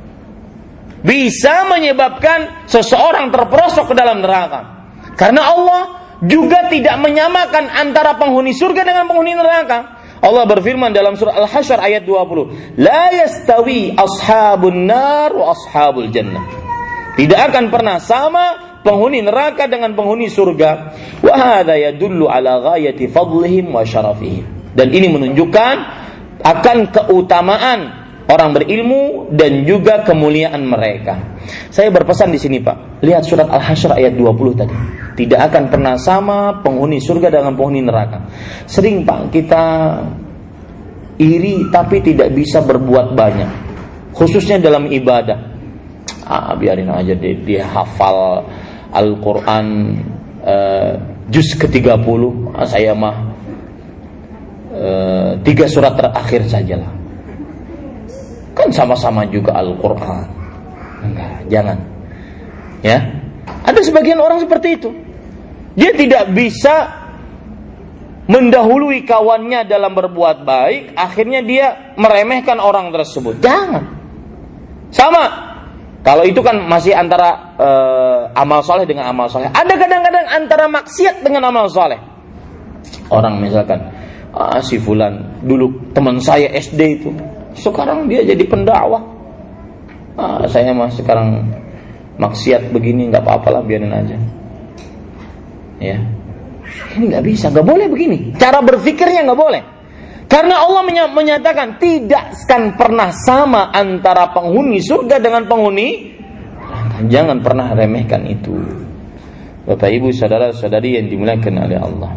Bisa menyebabkan seseorang terperosok ke dalam neraka. Karena Allah juga tidak menyamakan antara penghuni surga dengan penghuni neraka. Allah berfirman dalam surah Al-Hasyr ayat 20, "La yastawi ashabun nar wa ashabul jannah." Tidak akan pernah sama penghuni neraka dengan penghuni surga. Wa hadza yadullu ala ghayati fadlihim wa syarafihim. Dan ini menunjukkan akan keutamaan orang berilmu dan juga kemuliaan mereka. Saya berpesan di sini, Pak. Lihat surat Al-Hasyr ayat 20 tadi. Tidak akan pernah sama penghuni surga dengan penghuni neraka. Sering, Pak, kita iri tapi tidak bisa berbuat banyak. Khususnya dalam ibadah. Biarin aja dia hafal Al-Quran juz ke-30. Saya mah 3 surat terakhir sajalah. Kan sama-sama juga Al-Quran. Enggak, jangan. Ya. Ada sebagian orang seperti itu. Dia tidak bisa mendahului kawannya dalam berbuat baik, akhirnya dia meremehkan orang tersebut. Jangan. Sama. Kalau itu kan masih antara amal soleh dengan amal soleh. Ada kadang-kadang antara maksiat dengan amal soleh. Orang misalkan Si fulan dulu teman saya SD itu, sekarang dia jadi pendakwah. Saya mah sekarang maksiat begini, nggak apa-apalah, biarin aja. Ya, ini nggak bisa, nggak boleh begini. Cara berpikirnya nggak boleh. Karena Allah menyatakan tidak akan pernah sama antara penghuni surga dengan penghuni. Jangan pernah remehkan itu. Bapak Ibu saudara-saudari yang dimuliakan oleh Allah.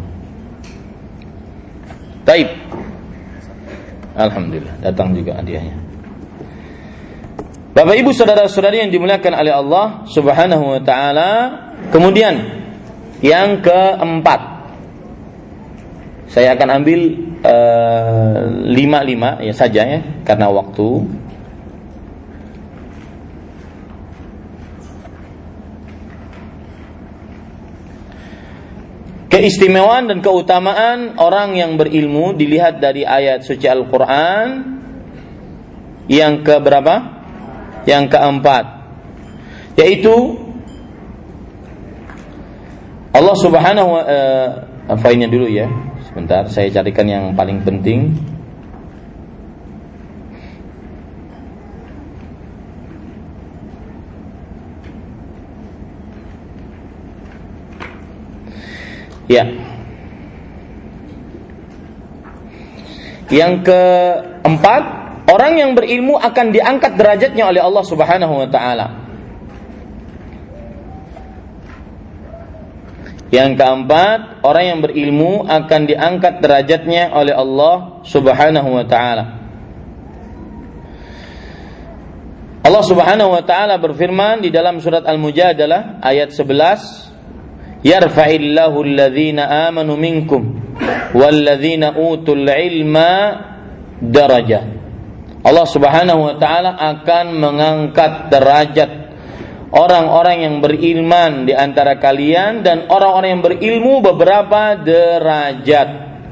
Taib. Alhamdulillah, datang juga hadiahnya. Bapak Ibu saudara-saudari yang dimuliakan oleh Allah Subhanahu wa taala. Kemudian yang keempat, saya akan ambil 5 ya saja ya, karena waktu. Keistimewaan dan keutamaan orang yang berilmu dilihat dari ayat suci Al-Quran yang keberapa? Yang keempat, yaitu Allah Subhanahu wa poinnya dulu ya. Sebentar, saya carikan yang paling penting. Ya. Yang keempat, orang yang berilmu akan diangkat derajatnya oleh Allah Subhanahu wa taala. Yang keempat, orang yang berilmu akan diangkat derajatnya oleh Allah Subhanahu wa taala. Allah Subhanahu wa taala berfirman di dalam surat Al-Mujadalah ayat 11, "Yarfa'illahu alladhina amanu minkum walladzina utul ilma darajat." Allah Subhanahu wa taala akan mengangkat derajat orang-orang yang beriman di antara kalian dan orang-orang yang berilmu beberapa derajat.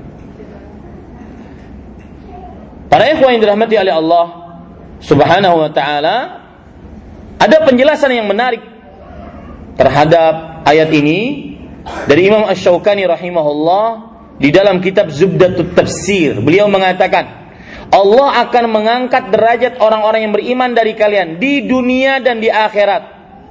Para ikhwan yang dirahmati oleh Allah Subhanahu wa taala, ada penjelasan yang menarik terhadap ayat ini dari Imam Asy-Syaukani rahimahullah di dalam kitab Zubdatut Tafsir. Beliau mengatakan, Allah akan mengangkat derajat orang-orang yang beriman dari kalian di dunia dan di akhirat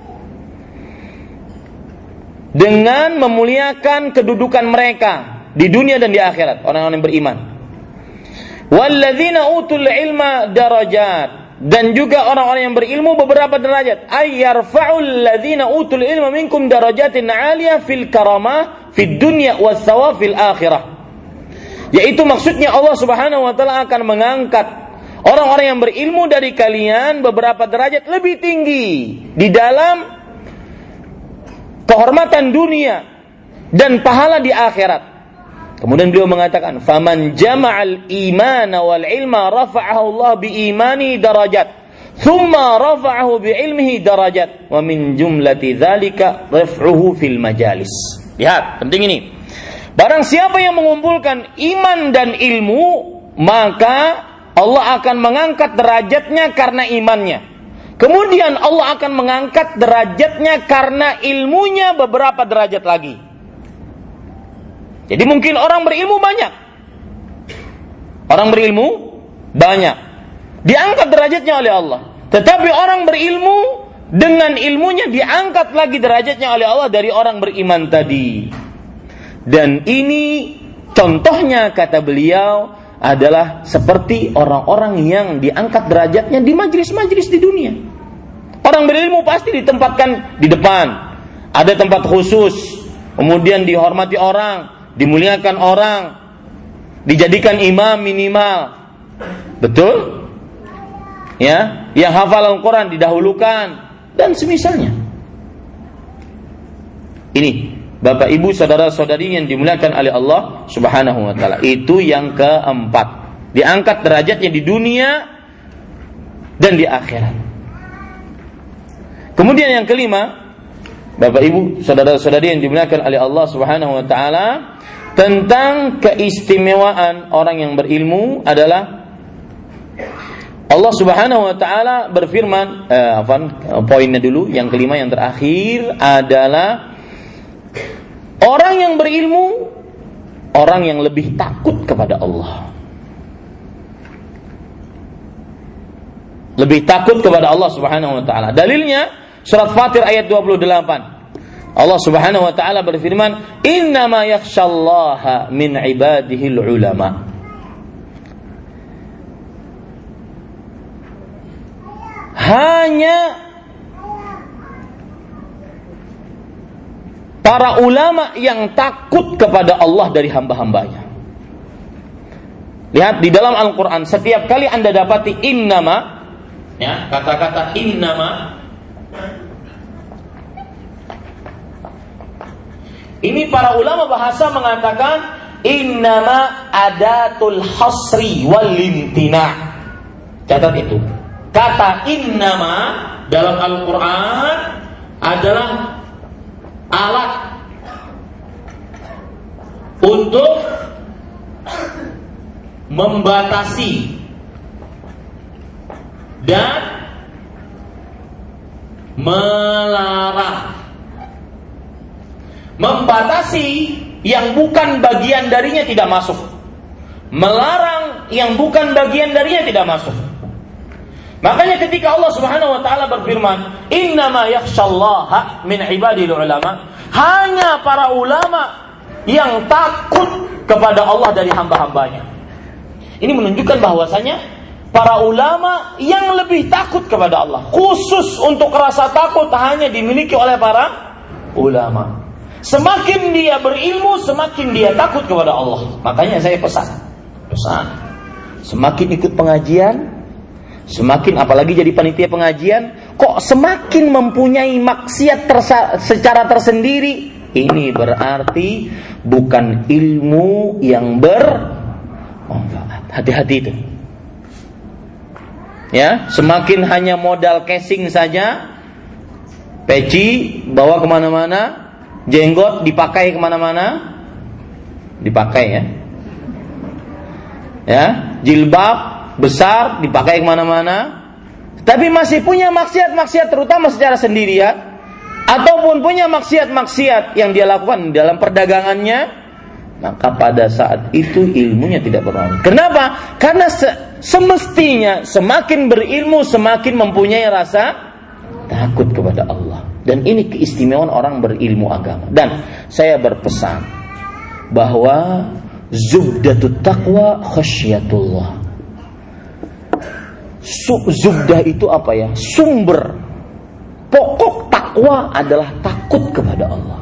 dengan memuliakan kedudukan mereka di dunia dan di akhirat, orang-orang yang beriman. Walladzina utul ilma darajat, dan juga orang-orang yang berilmu beberapa derajat. Ayyarfa'ul ladzina utul ilma minkum darajatin 'aliyah fil karamah fid dunya was thawab fil akhirah. Yaitu maksudnya Allah Subhanahu wa taala akan mengangkat orang-orang yang berilmu dari kalian beberapa derajat lebih tinggi di dalam kehormatan dunia dan pahala di akhirat. Kemudian beliau mengatakan, "Faman jama'al imana wal ilma rafa'ahu Allah bi imani darajat, thumma rafa'ahu bi ilmihi darajat, wa min jumlati dzalika raf'uhu fil majalis." Lihat, penting ini. Barang siapa yang mengumpulkan iman dan ilmu, maka Allah akan mengangkat derajatnya karena imannya. Kemudian Allah akan mengangkat derajatnya karena ilmunya beberapa derajat lagi. Jadi mungkin orang berilmu banyak. Orang berilmu banyak. Diangkat derajatnya oleh Allah. Tetapi orang berilmu dengan ilmunya diangkat lagi derajatnya oleh Allah dari orang beriman tadi. Dan ini contohnya, kata beliau, adalah seperti orang-orang yang diangkat derajatnya di majelis-majelis di dunia. Orang berilmu pasti ditempatkan di depan, ada tempat khusus, kemudian dihormati orang, dimuliakan orang, dijadikan imam minimal. Betul? Ya, yang hafal Al-Quran didahulukan dan semisalnya. Ini Bapak Ibu saudara-saudari yang dimuliakan oleh Allah Subhanahu wa taala. Itu yang keempat. Diangkat derajatnya di dunia dan di akhirat. Kemudian yang kelima, Bapak Ibu saudara-saudari yang dimuliakan oleh Allah Subhanahu wa taala, tentang keistimewaan orang yang berilmu adalah Allah Subhanahu wa taala berfirman, poinnya dulu, yang kelima yang terakhir adalah orang yang berilmu orang yang lebih takut kepada Allah. Lebih takut kepada Allah Subhanahu wa taala. Dalilnya surat Fatir ayat 28. Allah Subhanahu wa taala berfirman, "Innama yakhsyallaha min ibadihil ulama." Hanya para ulama yang takut kepada Allah dari hamba-hambanya. Lihat di dalam Al-Quran, setiap kali Anda dapati innama, ya, kata-kata innama, ini para ulama bahasa mengatakan innama adatul hasri wal limtina. Catat itu. Kata innama dalam Al-Quran adalah alat untuk membatasi dan melarang. Membatasi yang bukan bagian darinya tidak masuk. Melarang yang bukan bagian darinya tidak masuk. Makanya ketika Allah Subhanahu wa taala berfirman, "Innama yakhsyallaha min ibadil ulama", hanya para ulama yang takut kepada Allah dari hamba-hambanya. Ini menunjukkan bahwasanya para ulama yang lebih takut kepada Allah. Khusus untuk rasa takut hanya dimiliki oleh para ulama. Semakin dia berilmu, semakin dia takut kepada Allah. Makanya saya pesan. Semakin ikut pengajian, semakin apalagi jadi panitia pengajian, kok semakin mempunyai maksiat secara tersendiri, ini berarti bukan ilmu yang bermanfaat. Hati-hati itu. Ya, semakin hanya modal casing saja, peci bawa kemana-mana, jenggot dipakai kemana-mana, dipakai ya. Ya, jilbab besar dipakai kemana-mana, tapi masih punya maksiat-maksiat terutama secara sendirian, ataupun punya maksiat-maksiat yang dia lakukan dalam perdagangannya, maka pada saat itu ilmunya tidak bermanfaat. Kenapa? Karena semestinya semakin berilmu semakin mempunyai rasa takut kepada Allah. Dan ini keistimewaan orang berilmu agama. Dan saya berpesan bahwa zubdatut taqwa khasyatullah. Zubdah itu apa ya? Sumber pokok takwa adalah takut kepada Allah.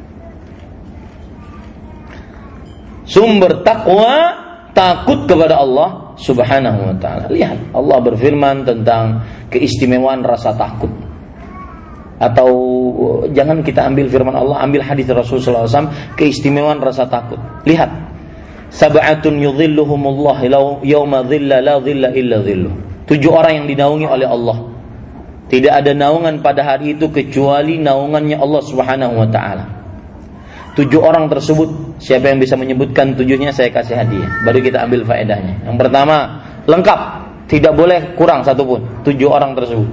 Sumber takwa takut kepada Allah Subhanahu wa ta'ala. Lihat, Allah berfirman tentang keistimewaan rasa takut. Atau jangan kita ambil firman Allah, ambil hadis Rasulullah SAW, keistimewaan rasa takut. Lihat, sab'atun yudhilluhumullah yawma dhilla la dhilla illa dhilluh. 7 orang yang dinaungi oleh Allah. Tidak ada naungan pada hari itu kecuali naungannya Allah Subhanahu wa ta'ala. 7 orang tersebut, siapa yang bisa menyebutkan 7-nya, saya kasih hadiah. Baru kita ambil faedahnya. Yang pertama, lengkap, tidak boleh kurang satupun. 7 orang tersebut.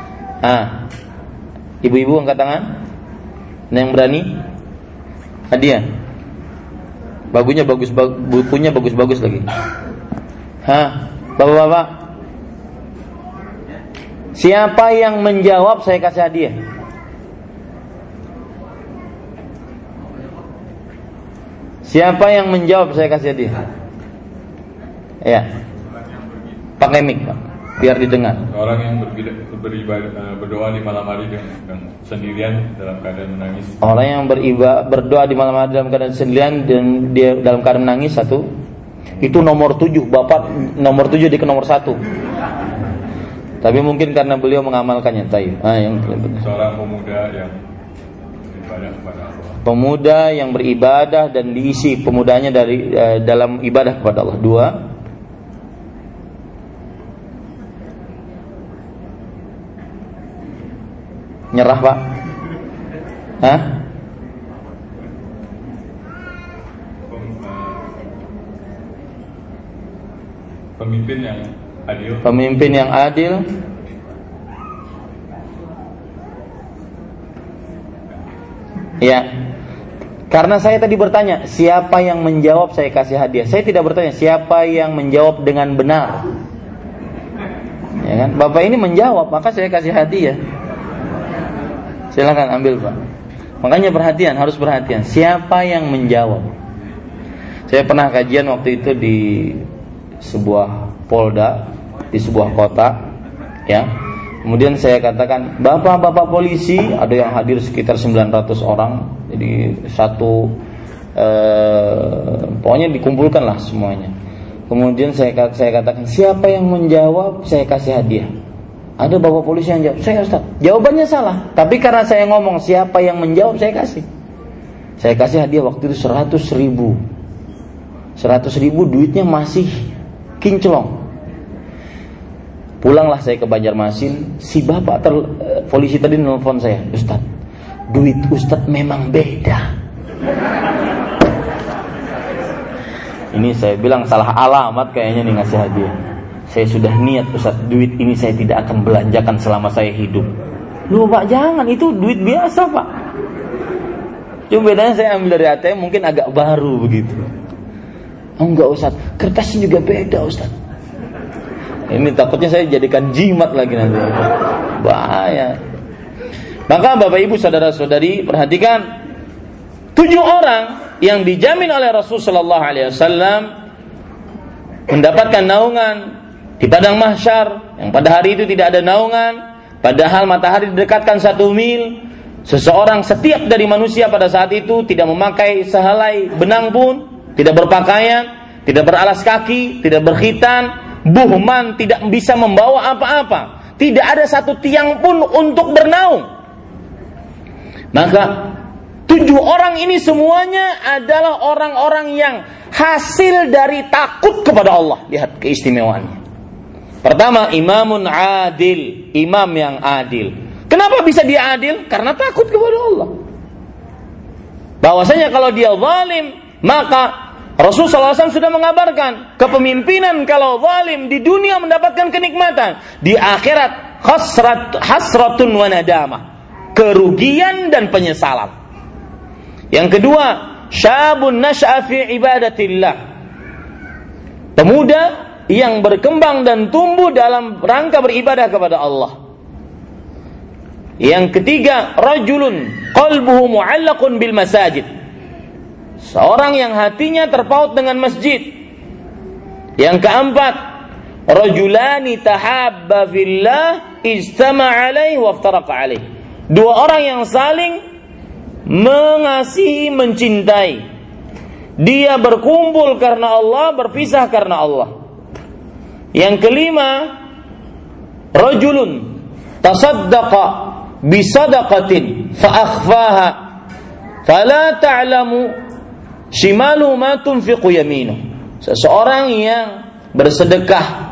Ibu-ibu angkat tangan. Nah, yang berani? Hadiah. Bukunya bagus-bagus lagi. Bapak-bapak, siapa yang menjawab saya kasih hadiah? Siapa yang menjawab saya kasih hadiah? Ya. Pakai mic, Pak, biar didengar. Orang yang berdoa di malam hari dengan sendirian dalam keadaan menangis. Orang yang berdoa di malam hari dalam keadaan sendirian dan dia dalam keadaan menangis, satu. Itu nomor 7, Bapak nomor 7 di ke nomor 1. Tapi mungkin karena beliau mengamalkannya. Yang seorang pemuda yang beribadah kepada Allah. Pemuda yang beribadah dan diisi pemudanya dari dalam ibadah kepada Allah. 2. Nyerah, Pak? Pemimpin yang adil. Pemimpin yang adil. Ya. Karena saya tadi bertanya, siapa yang menjawab saya kasih hadiah. Saya tidak bertanya siapa yang menjawab dengan benar. Ya kan? Bapak ini menjawab, maka saya kasih hadiah. Silakan ambil, Pak. Makanya perhatian, harus perhatian. Siapa yang menjawab? Saya pernah kajian waktu itu di sebuah polda, di sebuah kota, ya. Kemudian saya katakan, bapak-bapak polisi, ada yang hadir sekitar 900 orang. Jadi pokoknya dikumpulkanlah semuanya. Kemudian saya katakan, siapa yang menjawab saya kasih hadiah. Ada bapak polisi yang jawab, saya Ustaz. Jawabannya salah, tapi karena saya ngomong siapa yang menjawab saya kasih. Saya kasih hadiah waktu itu 100 ribu. 100 ribu duitnya masih kinclong. Pulanglah saya ke Banjarmasin, si bapak polisi tadi nelfon saya, Ustaz, duit Ustaz memang beda. Ini saya bilang salah alamat kayaknya nih ngasih hadiah. Saya sudah niat Ustaz, duit ini saya tidak akan belanjakan selama saya hidup. Loh Pak, jangan, itu duit biasa Pak. Cuma bedanya saya ambil dari ATM mungkin agak baru begitu. Oh enggak Ustaz, kertasnya juga beda Ustaz. Ini takutnya saya jadikan jimat lagi nanti. Bahaya. Maka Bapak Ibu saudara-saudari, perhatikan 7 orang yang dijamin oleh Rasulullah SAW mendapatkan naungan di padang mahsyar, yang pada hari itu tidak ada naungan, padahal matahari didekatkan 1 mil. Seseorang setiap dari manusia pada saat itu tidak memakai sehelai benang pun, tidak berpakaian, tidak beralas kaki, tidak berkhitan, buhman, tidak bisa membawa apa-apa, tidak ada satu tiang pun untuk bernaung. Maka 7 orang ini semuanya adalah orang-orang yang hasil dari takut kepada Allah. Lihat keistimewaannya. Pertama, imamun adil, imam yang adil. Kenapa bisa dia adil? Karena takut kepada Allah. Bahwasanya kalau dia zalim, maka Rasulullah SAW sudah mengabarkan kepemimpinan kalau zalim di dunia mendapatkan kenikmatan, di akhirat hasratun wa nadamah, kerugian dan penyesalan. Yang kedua, syabun nasha'a fi ibadatillah, pemuda yang berkembang dan tumbuh dalam rangka beribadah kepada Allah. Yang ketiga, rajulun qalbuhu mu'allaqun bil masajid, seorang yang hatinya terpaut dengan masjid. Yang keempat, rajulani tahabba fillah ijtama'a alaihi wa iftaraqa alaihi, 2 orang yang saling mengasihi, mencintai. Dia berkumpul karena Allah, berpisah karena Allah. Yang kelima, rajulun tasaddaqa bisadaqatin fa akhfaha fala ta'lamu shimalu ma tunfiqu yaminu. Seseorang yang bersedekah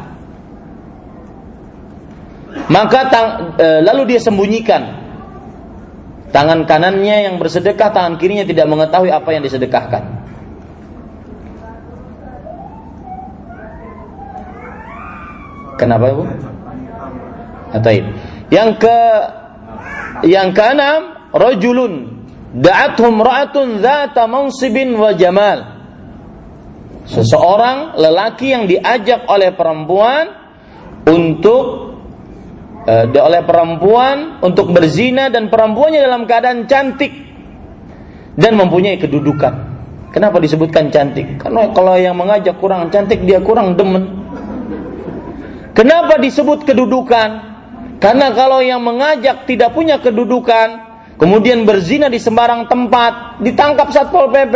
maka lalu dia sembunyikan tangan kanannya yang bersedekah, tangan kirinya tidak mengetahui apa yang disedekahkan. Kenapa Ibu? Ataib. Yang keenam, rajulun da'athum ra'atun dzata mansibin wa jamal, seseorang lelaki yang diajak oleh perempuan untuk berzina, dan perempuannya dalam keadaan cantik dan mempunyai kedudukan. Kenapa disebutkan cantik? Karena kalau yang mengajak kurang cantik, dia kurang demen. Kenapa disebut kedudukan? Karena kalau yang mengajak tidak punya kedudukan, kemudian berzina di sembarang tempat, ditangkap Satpol PP.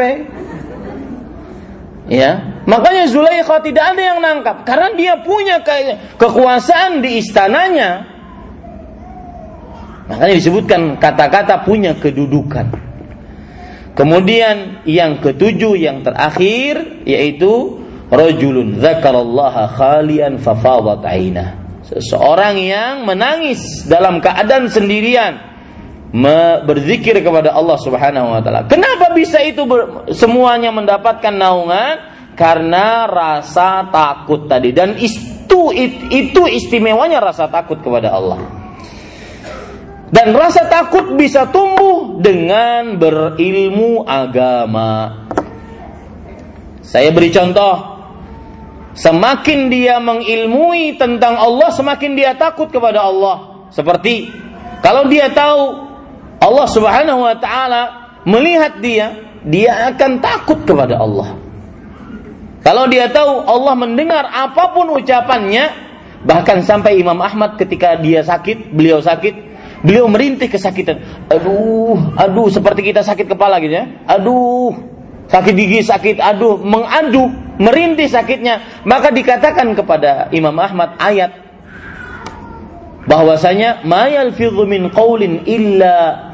Ya, makanya Zulaikha tidak ada yang nangkap karena dia punya kekuasaan di istananya. Makanya disebutkan kata-kata punya kedudukan. Kemudian yang ketujuh, yang terakhir, yaitu rajulun dzakarallaha khalian fafadat ainah, seseorang yang menangis dalam keadaan sendirian, berzikir kepada Allah Subhanahu wa taala. Kenapa bisa itu semuanya mendapatkan naungan? Karena rasa takut tadi, dan itu istimewanya rasa takut kepada Allah. Dan rasa takut bisa tumbuh dengan berilmu agama. Saya beri contoh. Semakin dia mengilmui tentang Allah, semakin dia takut kepada Allah. Seperti kalau dia tahu Allah Subhanahu wa taala melihat dia akan takut kepada Allah. Kalau dia tahu Allah mendengar apapun ucapannya, bahkan sampai Imam Ahmad ketika beliau sakit, beliau merintih kesakitan. Aduh, seperti kita sakit kepala gitu ya. Aduh, sakit gigi, mengadu, merintih sakitnya. Maka dikatakan kepada Imam Ahmad ayat bahwasanya ma yalfidhu min qaulin illa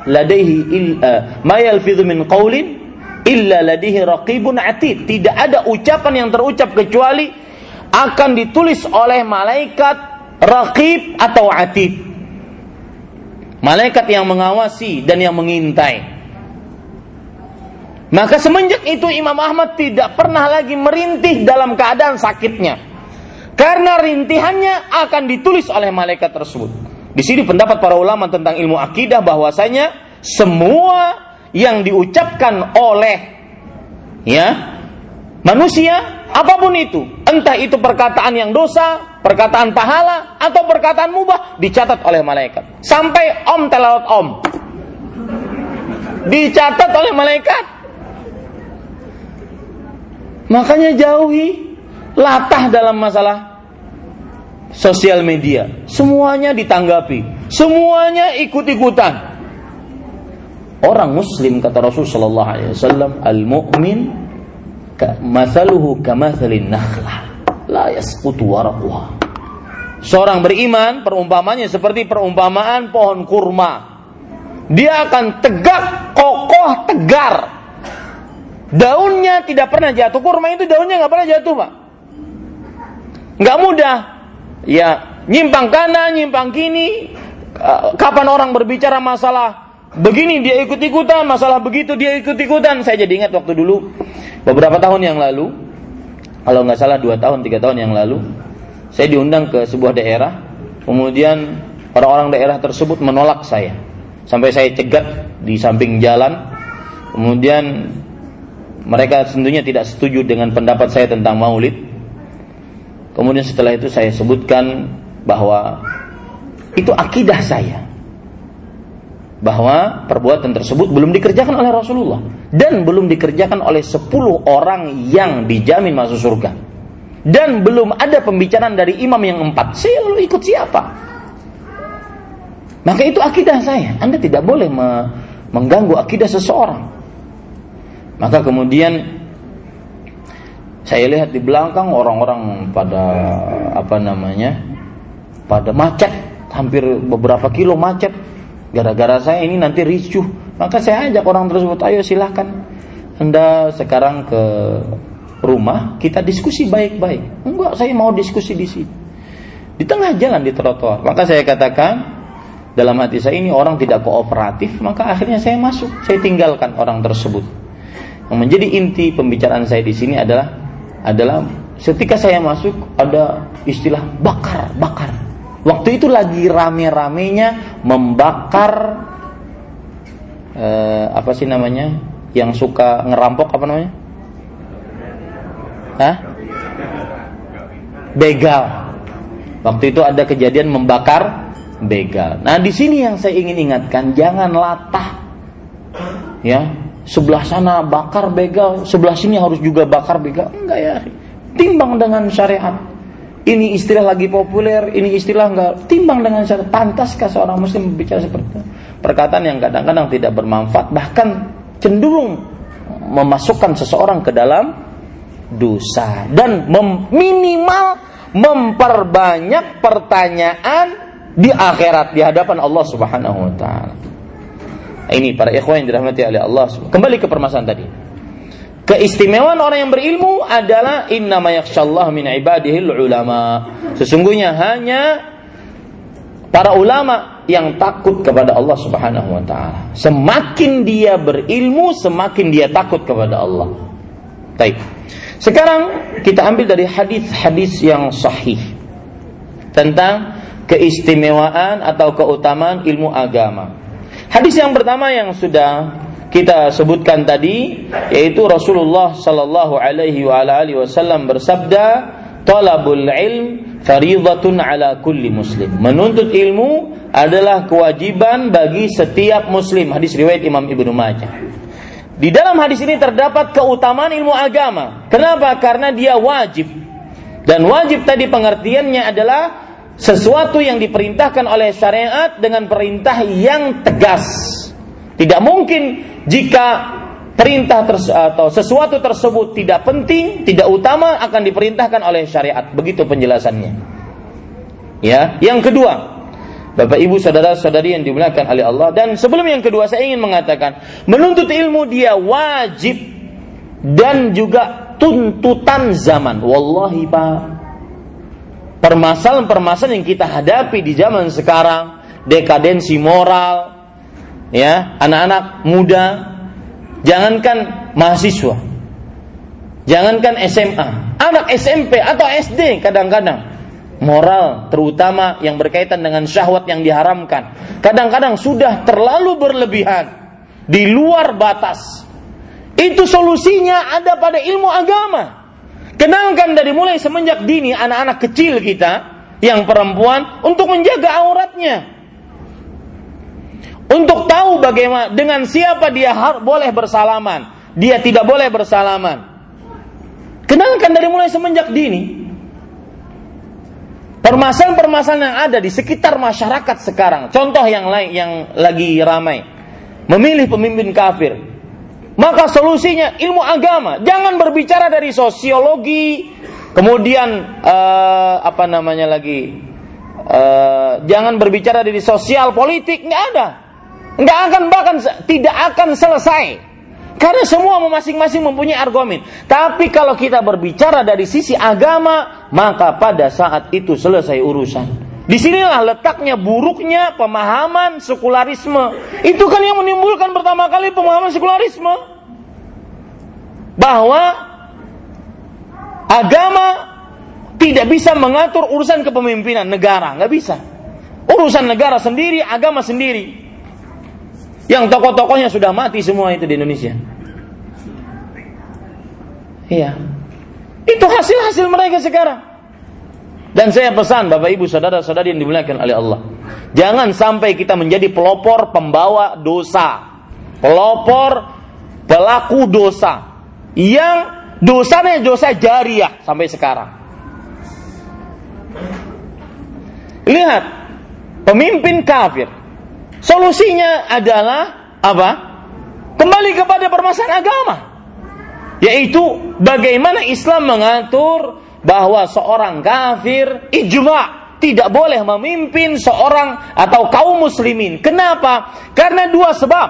ladaihi raqibun atid. Tidak ada ucapan yang terucap kecuali akan ditulis oleh malaikat raqib atau atid. Malaikat yang mengawasi dan yang mengintai. Maka semenjak itu Imam Ahmad tidak pernah lagi merintih dalam keadaan sakitnya. Karena rintihannya akan ditulis oleh malaikat tersebut. Di sini pendapat para ulama tentang ilmu akidah bahwasanya semua yang diucapkan oleh manusia, apapun itu, entah itu perkataan yang dosa, perkataan pahala, atau perkataan mubah, dicatat oleh malaikat. Sampai om telawat om, dicatat oleh malaikat. Makanya jauhi latah dalam masalah sosial media. Semuanya ditanggapi, semuanya ikut-ikutan. Orang muslim, kata Rasulullah SAW, al-mu'min mathaluhu kamathalin nakhlah la yasqutu waraquha. Seorang beriman perumpamannya seperti perumpamaan pohon kurma. Dia akan tegak, kokoh, tegar. Daunnya tidak pernah jatuh. Kurma itu daunnya nggak pernah jatuh, Pak. Nggak mudah. Ya, nyimpang kanan, nyimpang kini. Kapan orang berbicara masalah begini dia ikut-ikutan, masalah begitu dia ikut-ikutan. Saya jadi ingat waktu dulu beberapa tahun yang lalu, kalau nggak salah 2 tahun, 3 tahun yang lalu, saya diundang ke sebuah daerah. Kemudian orang-orang daerah tersebut menolak saya, sampai saya cegat di samping jalan. Kemudian mereka tentunya tidak setuju dengan pendapat saya tentang maulid. Kemudian setelah itu saya sebutkan bahwa itu akidah saya, bahwa perbuatan tersebut belum dikerjakan oleh Rasulullah dan belum dikerjakan oleh 10 orang yang dijamin masuk surga, dan belum ada pembicaraan dari imam yang 4. Saya lalu ikut siapa? Maka itu akidah saya. Anda tidak boleh mengganggu akidah seseorang. Maka kemudian saya lihat di belakang orang-orang pada pada macet, hampir beberapa kilo macet. Gara-gara saya ini nanti ricuh. Maka saya ajak orang tersebut, ayo silahkan Anda sekarang ke rumah, kita diskusi baik-baik. Enggak, saya mau diskusi di sini, di tengah jalan, di trotoar. Maka saya katakan dalam hati saya, ini orang tidak kooperatif. Maka akhirnya saya masuk, saya tinggalkan orang tersebut. Yang menjadi inti pembicaraan saya di sini adalah ketika saya masuk ada istilah bakar. Waktu itu lagi rame-ramenya membakar yang suka ngerampok, apa namanya? Begal. Waktu itu ada kejadian membakar begal. Nah, di sini yang saya ingin ingatkan, jangan latah. Ya, sebelah sana bakar begal, sebelah sini harus juga bakar begal. Enggak ya. Timbang dengan syariat. Ini istilah lagi populer, ini istilah enggak. Timbang dengan syariat. Pantaskah seorang muslim berbicara seperti itu? Perkataan yang kadang-kadang tidak bermanfaat, bahkan cenderung memasukkan seseorang ke dalam dosa, dan minimal memperbanyak pertanyaan di akhirat, di hadapan Allah Subhanahu wa taala. Ini para ikhwan yang dirahmati oleh Allah. Kembali ke permasalahan tadi. Keistimewaan orang yang berilmu adalah innama yakhshallahu min ibadihil ulama. Sesungguhnya hanya para ulama yang takut kepada Allah Subhanahu wa taala. Semakin dia berilmu, semakin dia takut kepada Allah. Baik. Sekarang kita ambil dari hadis-hadis yang sahih tentang keistimewaan atau keutamaan ilmu agama. Hadis yang pertama yang sudah kita sebutkan tadi, yaitu Rasulullah sallallahu alaihi wasallam bersabda, "Talabul ilm fardhatun ala kulli muslim." Menuntut ilmu adalah kewajiban bagi setiap muslim. Hadis riwayat Imam Ibnu Majah. Di dalam hadis ini terdapat keutamaan ilmu agama. Kenapa? Karena dia wajib. Dan wajib tadi pengertiannya adalah sesuatu yang diperintahkan oleh syariat dengan perintah yang tegas. Tidak mungkin jika perintah atau sesuatu tersebut tidak penting, tidak utama, akan diperintahkan oleh syariat. Begitu penjelasannya. Ya, yang kedua, Bapak Ibu saudara-saudari yang dimuliakan oleh Allah, dan sebelum yang kedua saya ingin mengatakan, menuntut ilmu dia wajib dan juga tuntutan zaman. Wallahi Pak, permasalahan-permasalahan yang kita hadapi di zaman sekarang, dekadensi moral, ya, anak-anak muda, jangankan mahasiswa, jangankan SMA, anak SMP atau SD kadang-kadang moral, terutama yang berkaitan dengan syahwat yang diharamkan, kadang-kadang sudah terlalu berlebihan, di luar batas. Itu solusinya ada pada ilmu agama. Kenalkan dari mulai semenjak dini anak-anak kecil kita yang perempuan untuk menjaga auratnya, untuk tahu bagaimana dengan siapa dia boleh bersalaman, dia tidak boleh bersalaman. Kenalkan dari mulai semenjak dini. Permasalahan-permasalahan yang ada di sekitar masyarakat sekarang. Contoh yang lain yang lagi ramai, memilih pemimpin kafir. Maka solusinya ilmu agama. Jangan berbicara dari sosiologi, kemudian jangan berbicara dari sosial politik, nggak ada. Nggak akan, bahkan tidak akan selesai. Karena semua masing-masing mempunyai argumen. Tapi kalau kita berbicara dari sisi agama, maka pada saat itu selesai urusan. Disinilah letaknya buruknya pemahaman sekularisme. Itu kan yang menimbulkan pertama kali pemahaman sekularisme, bahwa agama tidak bisa mengatur urusan kepemimpinan negara. Nggak bisa. Urusan negara sendiri, agama sendiri. Yang tokoh-tokohnya sudah mati semua itu di Indonesia. Iya. Itu hasil-hasil mereka sekarang. Dan saya pesan Bapak Ibu saudara-saudari yang dimuliakan oleh Allah, jangan sampai kita menjadi pelopor pembawa dosa, pelopor pelaku dosa, yang dosanya dosa jariah sampai sekarang. Lihat, pemimpin kafir, solusinya adalah apa? Kembali kepada permasalahan agama, yaitu bagaimana Islam mengatur bahwa seorang kafir ijma' tidak boleh memimpin seorang atau kaum muslimin. Kenapa? Karena dua sebab.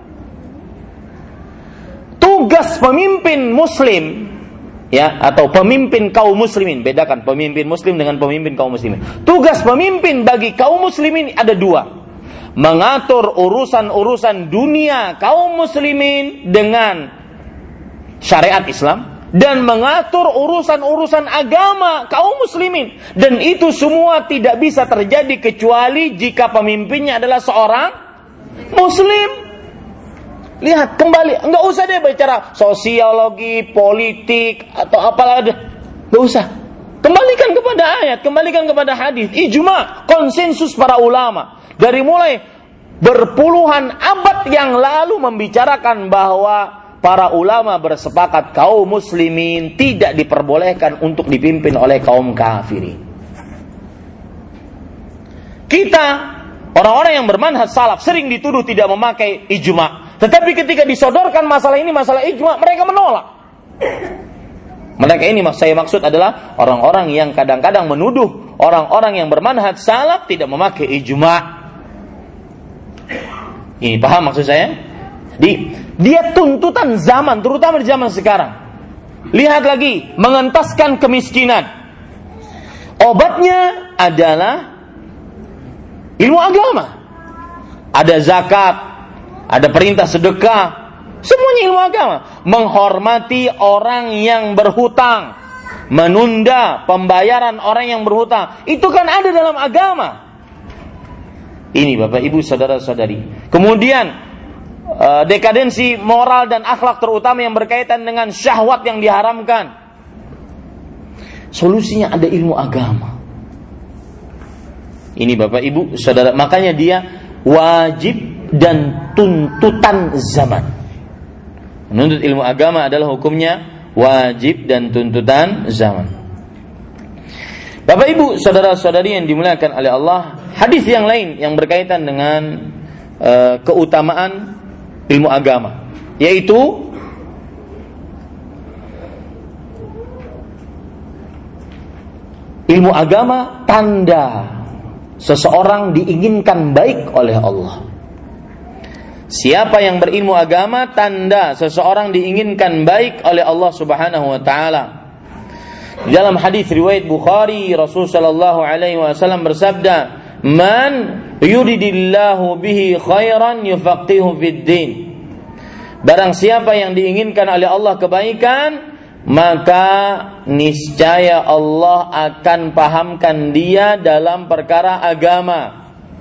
Tugas pemimpin muslim, ya, atau pemimpin kaum muslimin, bedakan pemimpin muslim dengan pemimpin kaum muslimin. Tugas pemimpin bagi kaum muslimin ada dua: mengatur urusan-urusan dunia kaum muslimin dengan syariat Islam, dan mengatur urusan-urusan agama kaum muslimin. Dan itu semua tidak bisa terjadi kecuali jika pemimpinnya adalah seorang muslim. Lihat kembali, enggak usah deh bicara sosiologi, politik atau apalah deh, enggak usah. Kembalikan kepada ayat, kembalikan kepada hadis, ijma, konsensus para ulama dari mulai berpuluhan abad yang lalu membicarakan bahwa para ulama bersepakat kaum muslimin tidak diperbolehkan untuk dipimpin oleh kaum kafirin. Kita, orang-orang yang bermanhaj salaf, sering dituduh tidak memakai ijma. Tetapi ketika disodorkan masalah ini, masalah ijma, mereka menolak. Mereka ini saya maksud adalah orang-orang yang kadang-kadang menuduh orang-orang yang bermanhaj salaf tidak memakai ijma. Ini paham maksud saya? Dia tuntutan zaman, terutama di zaman sekarang. Lihat lagi, mengentaskan kemiskinan. Obatnya adalah ilmu agama. Ada zakat, ada perintah sedekah, semuanya ilmu agama. Menghormati orang yang berhutang, menunda pembayaran orang yang berhutang, itu kan ada dalam agama. Ini Bapak Ibu saudara-saudari. Kemudian dekadensi moral dan akhlak terutama yang berkaitan dengan syahwat yang diharamkan. Solusinya ada ilmu agama. Ini Bapak Ibu saudara, makanya dia wajib dan tuntutan zaman. Menuntut ilmu agama adalah hukumnya wajib dan tuntutan zaman. Bapak Ibu saudara-saudari yang dimuliakan oleh Allah, hadis yang lain yang berkaitan dengan keutamaan ilmu agama, yaitu ilmu agama tanda seseorang diinginkan baik oleh Allah. Siapa yang berilmu agama, tanda seseorang diinginkan baik oleh Allah Subhanahu wa taala. Dalam hadis riwayat Bukhari, Rasul sallallahu alaihi wasallam bersabda, "Man yuridillahu bihi khairan yufaqihu fid din." Barang siapa yang diinginkan oleh Allah kebaikan, maka niscaya Allah akan pahamkan dia dalam perkara agama.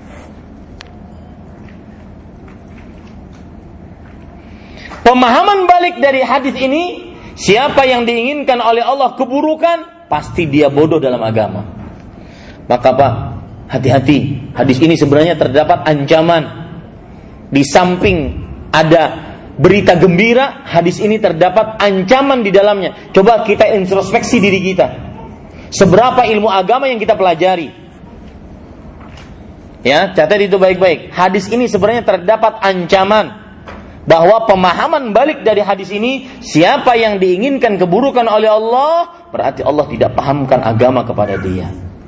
Pemahaman balik dari hadis ini, siapa yang diinginkan oleh Allah keburukan, pasti dia bodoh dalam agama. Maka Pak, hati-hati. Hadis ini sebenarnya terdapat ancaman. Di samping ada berita gembira, hadis ini terdapat ancaman di dalamnya. Coba kita introspeksi diri kita. Seberapa ilmu agama yang kita pelajari? Ya, catat itu baik-baik. Hadis ini sebenarnya terdapat ancaman bahwa pemahaman balik dari hadis ini, siapa yang diinginkan keburukan oleh Allah, berarti Allah tidak pahamkan agama kepada dia.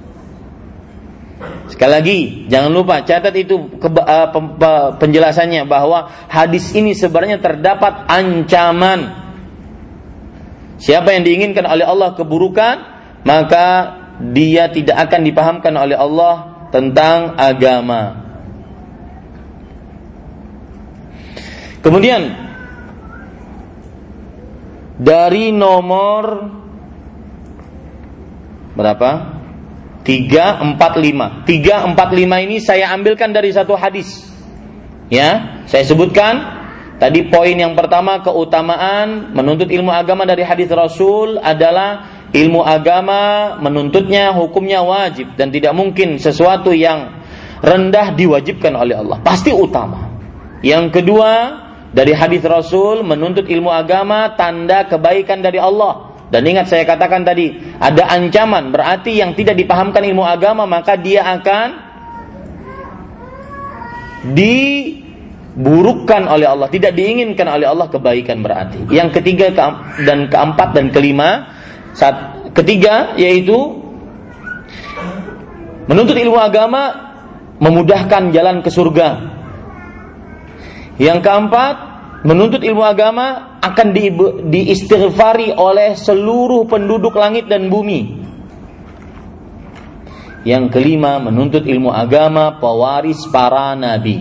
Sekali lagi, jangan lupa catat itu penjelasannya, bahwa hadis ini sebenarnya terdapat ancaman. Siapa yang diinginkan oleh Allah keburukan, maka dia tidak akan dipahamkan oleh Allah tentang agama. Kemudian dari nomor berapa? 345. 345 ini saya ambilkan dari satu hadis. Ya, saya sebutkan tadi poin yang pertama, keutamaan menuntut ilmu agama dari hadis Rasul adalah ilmu agama menuntutnya hukumnya wajib dan tidak mungkin sesuatu yang rendah diwajibkan oleh Allah, pasti utama. Yang kedua, dari hadis Rasul menuntut ilmu agama tanda kebaikan dari Allah. Dan ingat saya katakan tadi, ada ancaman, berarti yang tidak dipahamkan ilmu agama maka dia akan diburukkan oleh Allah, tidak diinginkan oleh Allah kebaikan berarti. Yang ketiga dan keempat dan kelima, ketiga yaitu menuntut ilmu agama memudahkan jalan ke surga. Yang keempat, menuntut ilmu agama akan diistighfari oleh seluruh penduduk langit dan bumi. Yang kelima, menuntut ilmu agama pewaris para nabi.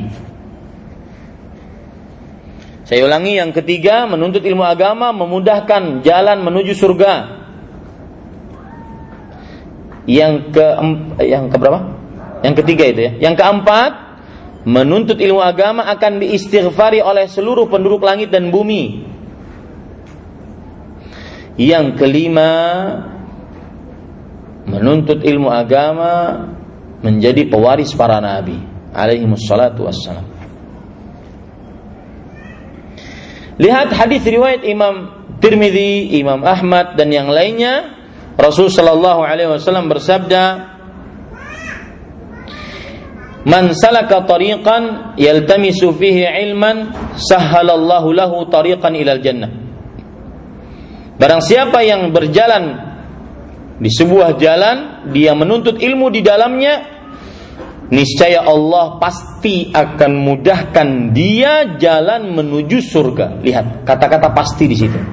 Saya ulangi, yang ketiga, menuntut ilmu agama memudahkan jalan menuju surga. Yang keberapa? Yang ketiga itu ya. Yang keempat, menuntut ilmu agama akan diistighfari oleh seluruh penduduk langit dan bumi. Yang kelima, menuntut ilmu agama menjadi pewaris para nabi alaihi wassalatu wassalam. Lihat hadis riwayat Imam Tirmidzi, Imam Ahmad dan yang lainnya. Rasul sallallahu alaihi wasallam bersabda, "Man salaka tariqan yaltamisu fihi ilman sahhalallahu lahu tariqan ilal jannah." Barang siapa yang berjalan di sebuah jalan, dia menuntut ilmu di dalamnya, niscaya Allah pasti akan mudahkan dia jalan menuju surga. Lihat kata-kata pasti di situ.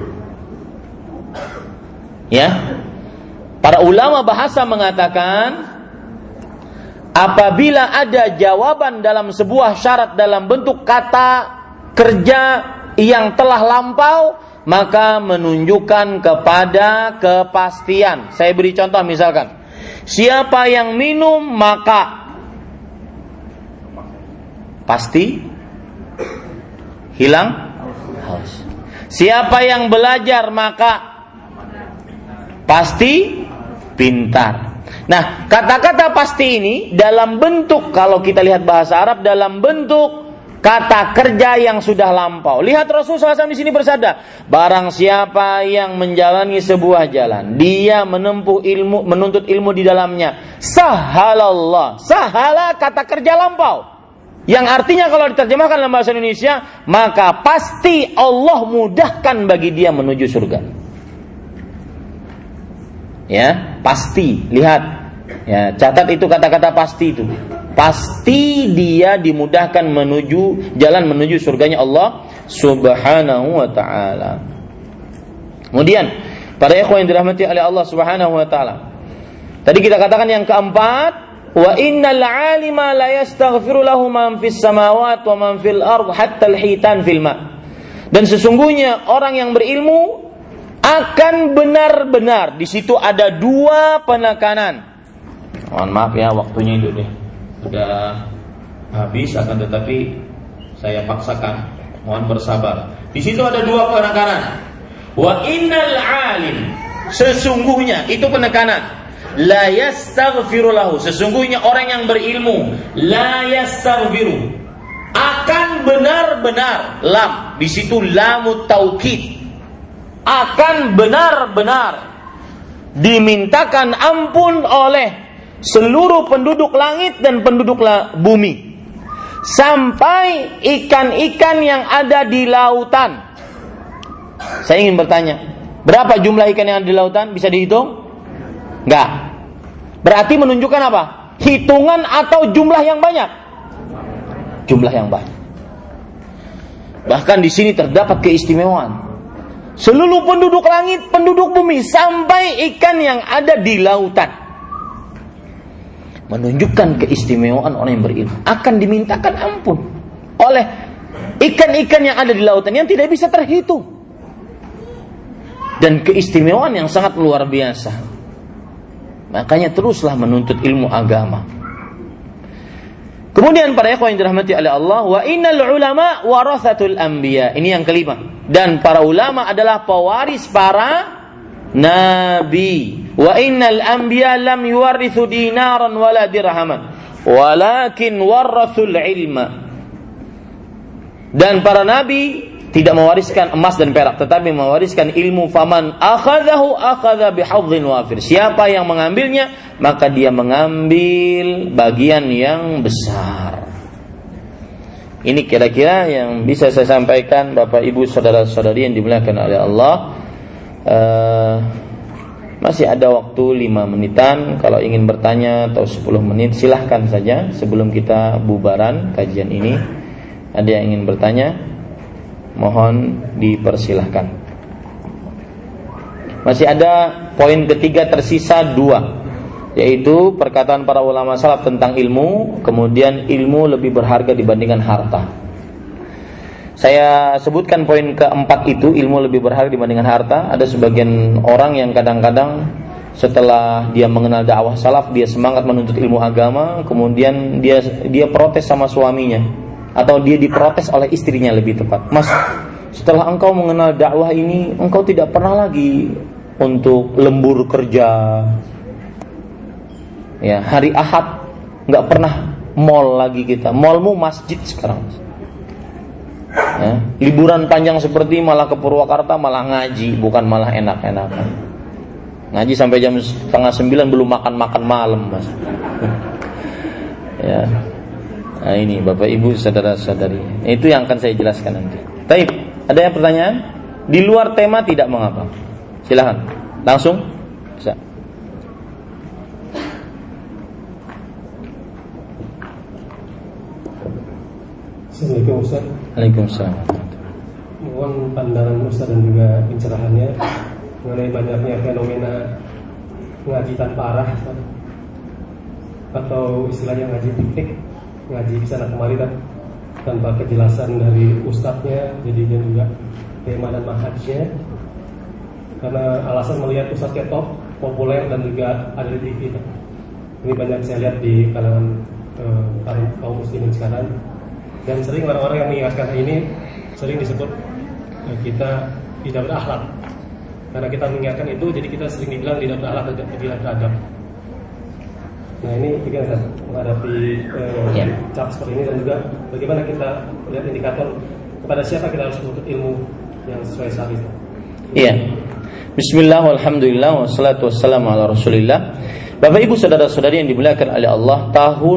Ya. Para ulama bahasa mengatakan, apabila ada jawaban dalam sebuah syarat dalam bentuk kata kerja yang telah lampau, maka menunjukkan kepada kepastian. Saya beri contoh, misalkan siapa yang minum maka pasti hilang haus. Siapa yang belajar maka pasti pintar. Nah, kata-kata pasti ini dalam bentuk, kalau kita lihat bahasa Arab, dalam bentuk kata kerja yang sudah lampau. Lihat Rasulullah SAW di sini bersabda, barang siapa yang menjalani sebuah jalan, dia menempuh ilmu, menuntut ilmu di dalamnya, sahalallah. Sahala kata kerja lampau, yang artinya kalau diterjemahkan dalam bahasa Indonesia, maka pasti Allah mudahkan bagi dia menuju surga. Ya, pasti. Lihat, ya, catat itu kata-kata pasti itu. Pasti dia dimudahkan jalan menuju surganya Allah Subhanahu wa ta'ala. Kemudian, para ikhwan yang dirahmati oleh Allah Subhanahu wa ta'ala, tadi kita katakan yang keempat, wa innal 'alima la yastaghfiru lahu man fis samawati wa man fil ard hatta al-hitan fil ma. Dan sesungguhnya orang yang berilmu akan benar-benar, di situ ada dua penekanan. Mohon maaf ya, waktunya itu deh sudah habis, akan tetapi saya paksakan, mohon bersabar. Di situ ada dua penekanan. Wa innal 'alim, sesungguhnya itu penekanan. La yastaghfiru lahu, sesungguhnya orang yang berilmu, la yastaghfiru, akan benar-benar, lam di situ lamut taukid, akan benar-benar dimintakan ampun oleh seluruh penduduk langit dan penduduk bumi, sampai ikan-ikan yang ada di lautan. Saya ingin bertanya, berapa jumlah ikan yang ada di lautan? Bisa dihitung? Enggak. Berarti menunjukkan apa? Hitungan atau jumlah yang banyak? Jumlah yang banyak. Bahkan di sini terdapat keistimewaan. Seluruh penduduk langit, penduduk bumi, sampai ikan yang ada di lautan. Menunjukkan keistimewaan orang yang berilmu, akan dimintakan ampun oleh ikan-ikan yang ada di lautan yang tidak bisa terhitung. Dan keistimewaan yang sangat luar biasa. Makanya teruslah menuntut ilmu agama. Kemudian para ikhwan yang dirahmati oleh Allah, wa innal ulama warathatul anbiya. Ini yang kelima. Dan para ulama adalah pewaris para nabi. Wa innal anbiya lam yuwarithu dinaran wala dirhaman, walakin warathul ilma. Dan para nabi tidak mewariskan emas dan perak, tetapi mewariskan ilmu. Faman akhadhahu akhadha bihadhin wafir. Siapa yang mengambilnya, maka dia mengambil bagian yang besar. Ini kira-kira yang bisa saya sampaikan, Bapak Ibu saudara-saudari yang dimuliakan oleh Allah. Masih ada waktu 5 menitan. Kalau ingin bertanya atau 10 menit, silahkan saja sebelum kita bubaran kajian ini. Ada yang ingin bertanya, mohon dipersilahkan. Masih ada poin ketiga tersisa 2, yaitu perkataan para ulama salaf tentang ilmu. Kemudian ilmu lebih berharga dibandingkan harta. Saya sebutkan poin keempat itu, ilmu lebih berharga dibandingkan harta. Ada sebagian orang yang kadang-kadang setelah dia mengenal dakwah salaf, dia semangat menuntut ilmu agama, kemudian dia protes sama suaminya, atau dia diprotes oleh istrinya lebih tepat. Mas, setelah engkau mengenal dakwah ini, engkau tidak pernah lagi untuk lembur kerja. Ya, hari Ahad nggak pernah mall lagi kita. Mallmu masjid sekarang. Ya, liburan panjang seperti malah ke Purwakarta malah ngaji, bukan malah enak-enakan. Ngaji sampai jam 8:30 belum makan malam, Mas. Ya. Nah, ini Bapak Ibu saudara-saudari, itu yang akan saya jelaskan nanti. Baik, ada yang pertanyaan? Di luar tema tidak mengapa. Silakan. Langsung bisa. Assalamualaikum Ustaz. Waalaikumsalam. Mohon pandangan Ustaz dan juga pencerahannya mengenai banyaknya fenomena ngaji tanpa arah, Ustaz. Atau istilahnya ngaji piknik, ngaji di sana kemari kan, tanpa kejelasan dari ustadznya, jadi dan juga tema dan manhajnya. Karena alasan melihat ustadznya top, populer dan juga ada di TV. Ini banyak saya lihat di kalangan kaum muslimin sekarang. Dan sering orang-orang yang mengingatkan ini sering disebut kita tidak berakhlak. Karena kita mengingatkan itu, jadi kita sering dibilang tidak berakhlak, tidak beradab. Nah ini bagaimana menghadapi cap seperti ini, dan juga bagaimana kita melihat indikator kepada siapa kita harus menuntut ilmu yang sesuai syariat. Iya. Bismillah, walhamdulillah, wassalatu wassalamu ala rasulillah. Bapak ibu saudara-saudari yang dimuliakan oleh Allah, tahun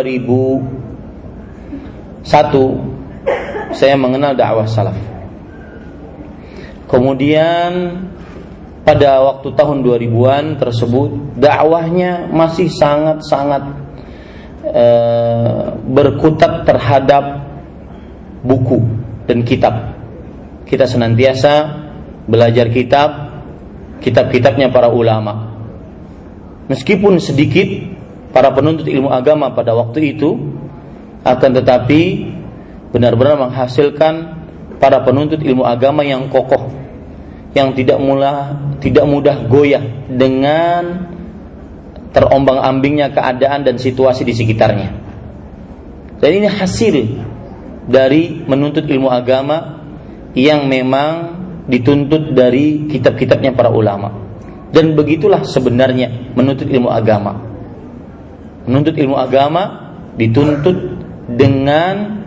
2001 saya mengenal dakwah salaf. Kemudian pada waktu tahun 2000-an tersebut dakwahnya masih sangat-sangat berkutat terhadap buku dan kitab. Kita senantiasa belajar kitab-kitabnya para ulama. Meskipun sedikit para penuntut ilmu agama pada waktu itu, akan tetapi benar-benar menghasilkan para penuntut ilmu agama yang kokoh, yang tidak mudah goyah dengan terombang-ambingnya keadaan dan situasi di sekitarnya. Dan ini hasil dari menuntut ilmu agama yang memang dituntut dari kitab-kitabnya para ulama. Dan begitulah sebenarnya menuntut ilmu agama. Menuntut ilmu agama dituntut dengan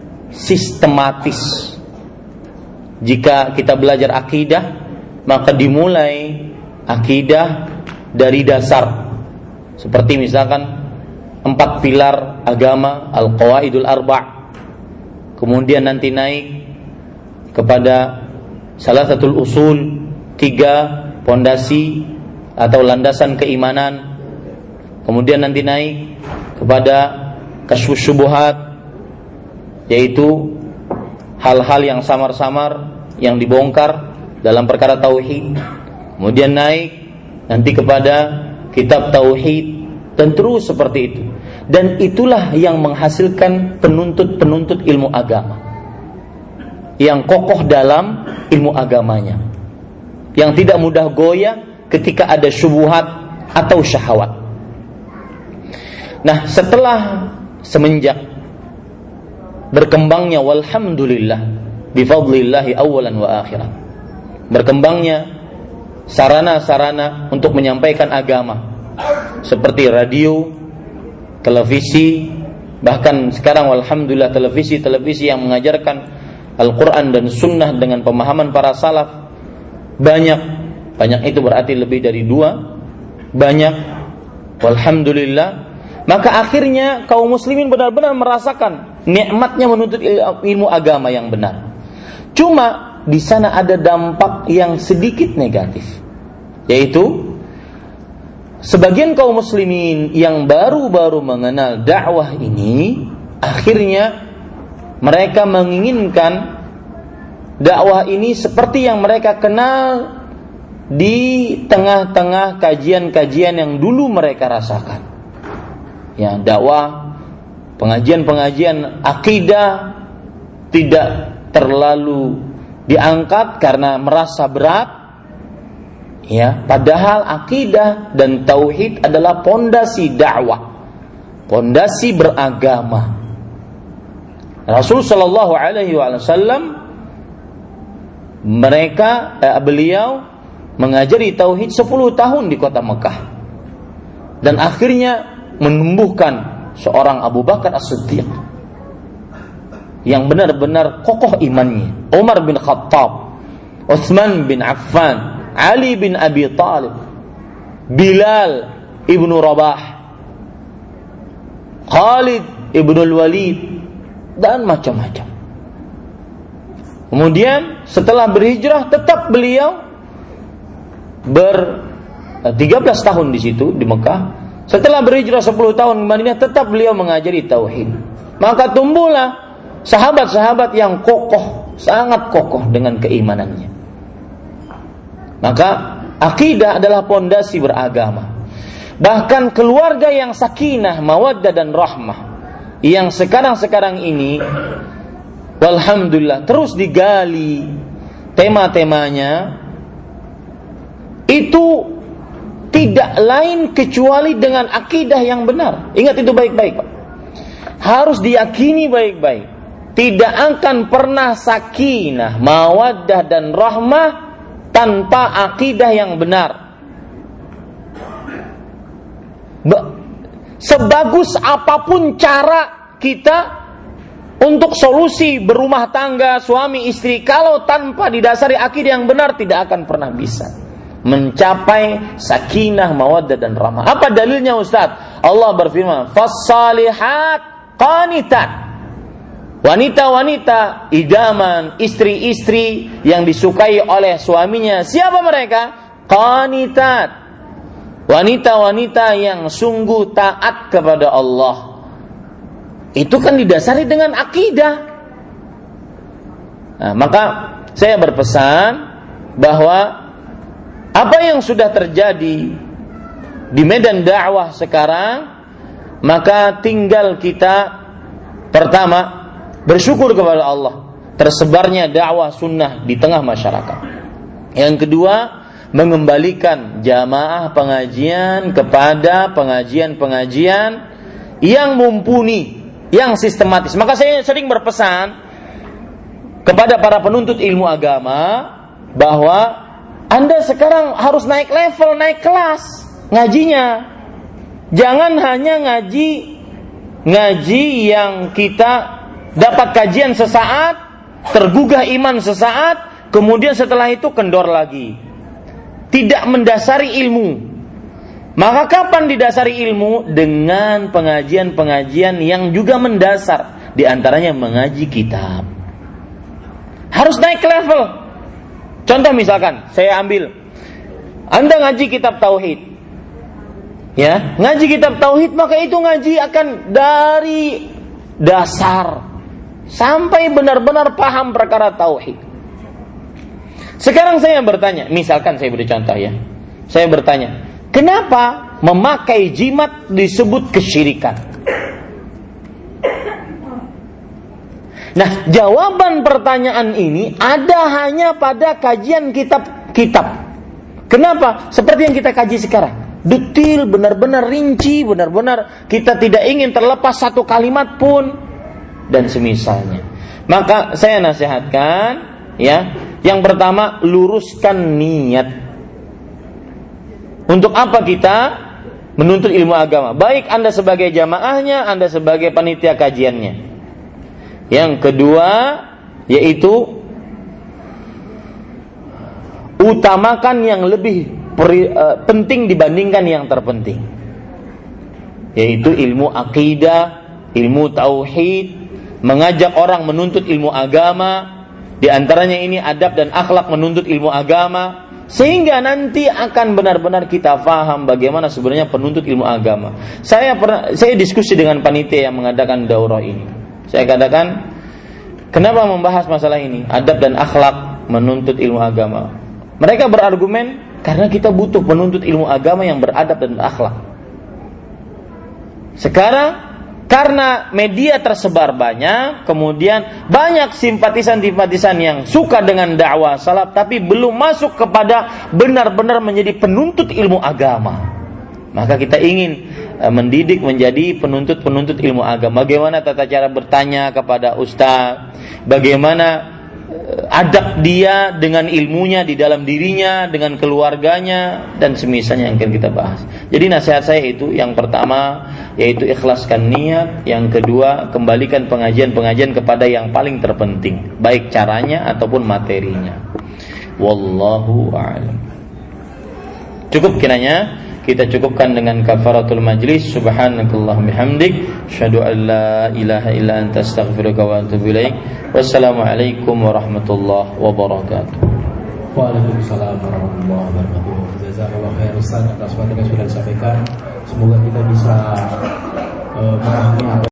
sistematis. Jika kita belajar akidah, maka dimulai akidah dari dasar. Seperti misalkan 4 pilar agama, al-qawaidul arba'. Kemudian nanti naik kepada salasatul usul, 3 pondasi atau landasan keimanan. Kemudian nanti naik kepada kasyfus syubuhat, yaitu hal-hal yang samar-samar yang dibongkar dalam perkara tauhid. Kemudian naik nanti kepada kitab tauhid, dan terus seperti itu. Dan itulah yang menghasilkan penuntut-penuntut ilmu agama yang kokoh dalam ilmu agamanya, yang tidak mudah goyah ketika ada syubhat atau syahwat. Nah, setelah semenjak berkembangnya, walhamdulillah bifadlillahi awalan wa akhiran, berkembangnya sarana-sarana untuk menyampaikan agama seperti radio, televisi, bahkan sekarang walhamdulillah televisi yang mengajarkan Al-Quran dan Sunnah dengan pemahaman para salaf banyak itu berarti lebih dari 2, banyak, walhamdulillah. Maka akhirnya kaum muslimin benar-benar merasakan nikmatnya menuntut ilmu agama yang benar. Cuma di sana ada dampak yang sedikit negatif, yaitu sebagian kaum muslimin yang baru-baru mengenal dakwah ini, akhirnya mereka menginginkan dakwah ini seperti yang mereka kenal di tengah-tengah kajian-kajian yang dulu mereka rasakan. Ya, dakwah, pengajian-pengajian akidah tidak terlalu diangkat karena merasa berat. Ya, padahal akidah dan tauhid adalah pondasi dakwah, pondasi beragama. Rasul sallallahu alaihi wasallam beliau mengajari tauhid 10 tahun di kota Mekah, dan akhirnya menumbuhkan seorang Abu Bakar As-Siddiq yang benar-benar kokoh imannya, Umar bin Khattab, Utsman bin Affan, Ali bin Abi Thalib, Bilal ibnu Rabah, Khalid ibnu Walid, dan macam-macam. Kemudian setelah berhijrah tetap beliau 13 tahun di situ di Mekah. Setelah berhijrah 10 tahun ke Madinah tetap beliau mengajari tauhid. Maka tumbuhlah sahabat-sahabat yang kokoh, sangat kokoh dengan keimanannya. Maka akidah adalah pondasi beragama. Bahkan keluarga yang sakinah, mawaddah dan rahmah yang sekarang ini walhamdulillah terus digali tema-temanya, itu tidak lain kecuali dengan akidah yang benar. Ingat itu baik-baik, Pak. Harus diyakini baik-baik tidak akan pernah sakinah, mawaddah dan rahmah tanpa akidah yang benar. Sebagus apapun cara kita untuk solusi berumah tangga suami istri, kalau tanpa didasari akidah yang benar, tidak akan pernah bisa mencapai sakinah, mawaddah dan rahmah. Apa dalilnya Ustaz? Allah berfirman, "Fas-salihat qanitat." Wanita-wanita idaman, istri-istri yang disukai oleh suaminya. Siapa mereka? Qanitat. Wanita-wanita yang sungguh taat kepada Allah. Itu kan didasari dengan akidah. Nah, maka saya berpesan bahwa apa yang sudah terjadi di medan dakwah sekarang, maka tinggal kita pertama bersyukur kepada Allah tersebarnya dakwah sunnah di tengah masyarakat. Yang kedua, mengembalikan jamaah pengajian kepada pengajian-pengajian yang mumpuni, yang sistematis. Maka saya sering berpesan kepada para penuntut ilmu agama bahwa Anda sekarang harus naik level, naik kelas ngajinya. Jangan hanya ngaji yang kita dapat kajian sesaat, tergugah iman sesaat, kemudian setelah itu kendor lagi. Tidak mendasari ilmu. Maka kapan didasari ilmu? Dengan pengajian-pengajian yang juga mendasar. Di antaranya mengaji kitab. Harus naik level. Contoh misalkan, saya ambil, Anda ngaji kitab tauhid, ya, ngaji kitab tauhid, maka itu ngaji akan dari dasar sampai benar-benar paham perkara tauhid. Sekarang saya bertanya, misalkan saya beri contoh ya, saya bertanya, kenapa memakai jimat disebut kesyirikan? Nah, jawaban pertanyaan ini ada hanya pada kajian kitab-kitab. Kenapa? Seperti yang kita kaji sekarang. Detil, benar-benar rinci, benar-benar kita tidak ingin terlepas satu kalimat pun dan semisalnya. Maka saya nasihatkan, ya, yang pertama luruskan niat. Untuk apa kita menuntut ilmu agama? Baik Anda sebagai jamaahnya, Anda sebagai panitia kajiannya. Yang kedua, yaitu utamakan yang lebih penting dibandingkan yang terpenting, yaitu ilmu akidah, ilmu tauhid, mengajak orang menuntut ilmu agama. Di antaranya ini adab dan akhlak menuntut ilmu agama, sehingga nanti akan benar-benar kita faham bagaimana sebenarnya penuntut ilmu agama. Saya diskusi dengan panitia yang mengadakan daurah ini. Saya katakan, kenapa membahas masalah ini, adab dan akhlak menuntut ilmu agama? Mereka berargumen, karena kita butuh penuntut ilmu agama yang beradab dan akhlak. Sekarang, karena media tersebar banyak, kemudian banyak simpatisan-simpatisan yang suka dengan dakwah salaf, tapi belum masuk kepada benar-benar menjadi penuntut ilmu agama. Maka kita ingin mendidik menjadi penuntut-penuntut ilmu agama. Bagaimana tata cara bertanya kepada ustaz, bagaimana adab dia dengan ilmunya di dalam dirinya, dengan keluarganya, dan semisalnya yang akan kita bahas. Jadi nasihat saya itu, yang pertama yaitu ikhlaskan niat, yang kedua kembalikan pengajian-pengajian kepada yang paling terpenting, baik caranya ataupun materinya. Wallahu a'lam. Cukup kiranya kita cukupkan dengan kafaratul majlis. Subhanakallahumma bihamdik, asyhadu an la ilaha illa anta, astaghfiruka wa atubu ilaik. Wassalamualaikum warahmatullahi wabarakatuh. Waalaikumsalam warahmatullahi wabarakatuh. Jazakallahu khairan Ustaz atas materi yang sudah disampaikan. Semoga kita bisa memahami